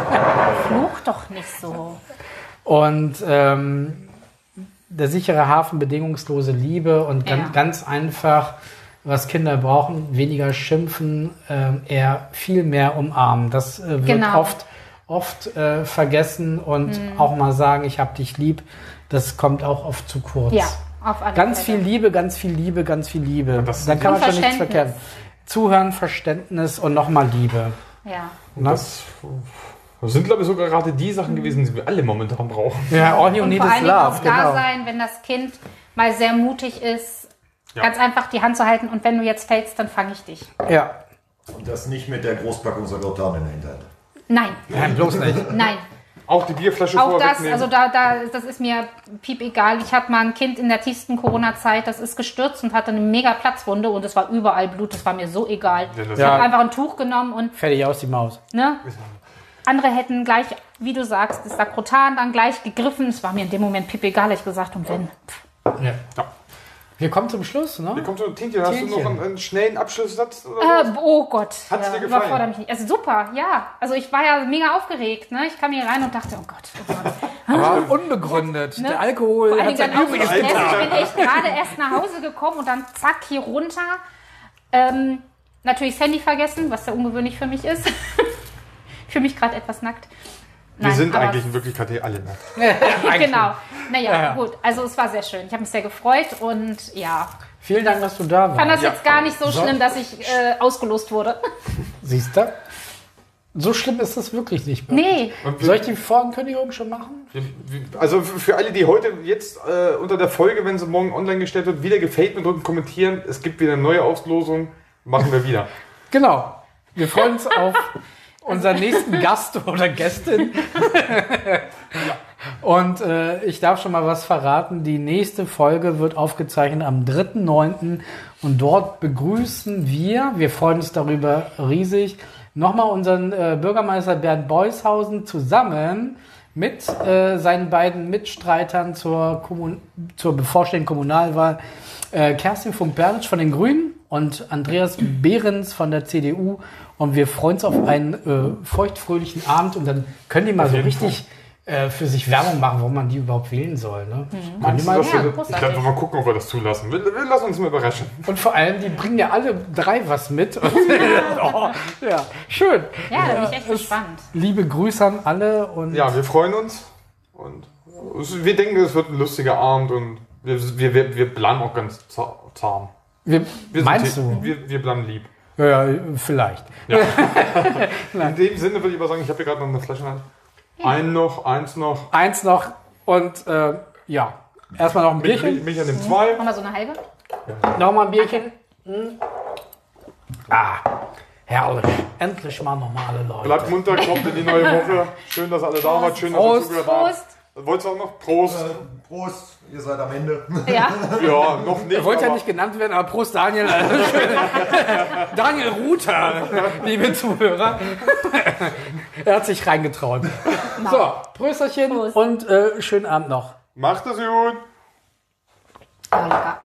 Fluch doch nicht so.
Und ähm, der sichere Hafen, bedingungslose Liebe und ganz,
Ja.
ganz einfach, was Kinder brauchen, weniger schimpfen, ähm, eher viel mehr umarmen. Das äh, wird
Genau.
oft, oft äh, vergessen und auch mal sagen, ich hab dich lieb, das kommt auch oft zu kurz.
Ja, auf alle
Ganz
Fälle.
viel Liebe, ganz viel Liebe, ganz viel Liebe.
das-
Dann kann
Und
man schon nichts
Verständnis.
verkehren. Zuhören, Verständnis und nochmal Liebe.
Ja.
Ne?
Das, das sind, glaube ich, sogar gerade die Sachen gewesen, die wir alle momentan brauchen.
Ja, all you
Und
need
vor
is
allen Dingen
love.
auch da
Genau.
sein, wenn das Kind mal sehr mutig ist,
Ja.
ganz einfach die Hand zu halten und wenn du jetzt fällst, dann fange ich dich.
Ja,
Und das nicht mit der Großpackung Sagrotan in der Hinterhand.
Nein,
nein, bloß nicht.
nein.
Auch die Bierflasche
Auch
vorher
das,
wegnehmen.
also da, da, das ist mir piep egal. Ich hatte mal ein Kind in der tiefsten Corona-Zeit, das ist gestürzt und hatte eine mega Platzwunde und es war überall Blut, das war mir so egal.
Ja, das-
Ich
Ja.
habe einfach ein Tuch genommen und
Fertig aus die Maus.
ne, andere hätten gleich, wie du sagst, das Sakrotan dann gleich gegriffen. Es war mir in dem Moment piep egal, ich gesagt und wenn. Pff.
Ja.
Ja.
Wir kommen zum Schluss, ne?
Wie kommt so, Tintin, hast du
Tintin.
noch einen, einen schnellen Abschlusssatz? Oder
Äh,
was?
oh Gott,
Hat's
ja,
dir gefallen?
überfordere mich nicht. Also super, ja. Also ich war ja mega aufgeregt. Ne? Ich kam hier rein und dachte, oh Gott, oh Gott.
Aber unbegründet.
Ne?
Der Alkohol
Vor allen
hat
Dingen
sein
dann auch
Übriges
Stress.
getan.
Ich bin echt gerade erst nach Hause gekommen und dann zack hier runter. Ähm, natürlich das Handy vergessen, was sehr ungewöhnlich für mich ist. Ich fühle mich gerade etwas nackt.
Wir
Nein,
sind
aber-
eigentlich in Wirklichkeit hier alle nackt.
Genau. Naja,
Ja, ja.
gut. Also es war sehr schön. Ich habe mich sehr gefreut und ja,
Vielen Dank, dass du da
fand das
warst.
jetzt gar nicht so
So.
schlimm, dass ich äh, ausgelost wurde.
Siehst du? So schlimm ist das wirklich nicht mehr.
Nee.
Und wir-
Soll ich die Vorankündigung schon machen?
wir- wir- Also für für alle, die heute jetzt äh, unter der Folge, wenn sie morgen online gestellt wird, wieder gefällt mir drücken, kommentieren. Es gibt wieder eine neue Auslosung. Machen wir wieder.
Genau. Wir freuen uns auf unseren nächsten Gast oder Gästin. Und äh, ich darf schon mal was verraten. Die nächste Folge wird aufgezeichnet am dritten neunten und dort begrüßen wir, wir freuen uns darüber riesig, nochmal unseren äh, Bürgermeister Bernd Beushausen zusammen mit äh, seinen beiden Mitstreitern zur, Kommun zur bevorstehenden Kommunalwahl, äh, Kerstin Funk-Bernitsch von den Grünen und Andreas Behrens von der C D U. Und wir freuen uns auf einen äh, feuchtfröhlichen Abend und dann können die mal so
jeden
richtig äh, für sich Werbung machen, wo man die überhaupt wählen soll. Ne? Können die
Meinst du,
mal
dass wir-
Ja,
ich
großartig.
glaube, wir mal gucken, ob wir das zulassen. Wir, wir lassen uns mal überraschen.
und vor allem, die bringen ja alle drei was mit. oh, ja, schön.
Ja, da bin ich echt gespannt.
Liebe Grüße an alle und
Ja, wir freuen uns. Und es- wir denken, es wird ein lustiger Abend und wir, wir, wir, wir planen auch ganz za- zahm.
wir,
Wir sind
meinst
hier-
du?
Wir, wir planen lieb.
Ja, ja, vielleicht.
In dem Sinne würde ich aber sagen, ich habe hier gerade noch eine Flasche in der Hand. Ein noch, eins noch.
Eins noch und äh, ja, erstmal noch ein
Mich, mich,
Bierchen.
mich an dem zwei.
Machen wir so eine halbe?
Nochmal ein Bierchen. Hm. Ah, herrlich. Endlich mal normale Leute.
Bleibt munter, kommt in die neue Woche. Schön, dass alle da wart. Schön, dass ihr
Prost.
zugehört habt.
Prost!
Wolltest du auch noch? Prost.
Prost, ihr seid am Ende.
Ja,
Ja, noch nicht.
Er wollte ja
aber-
nicht genannt werden, aber Prost Daniel. Daniel Ruther, liebe Zuhörer. Er hat sich reingetraut. So, Prösterchen
Prost.
und äh, schönen Abend noch.
Macht es gut.
oh, lecker.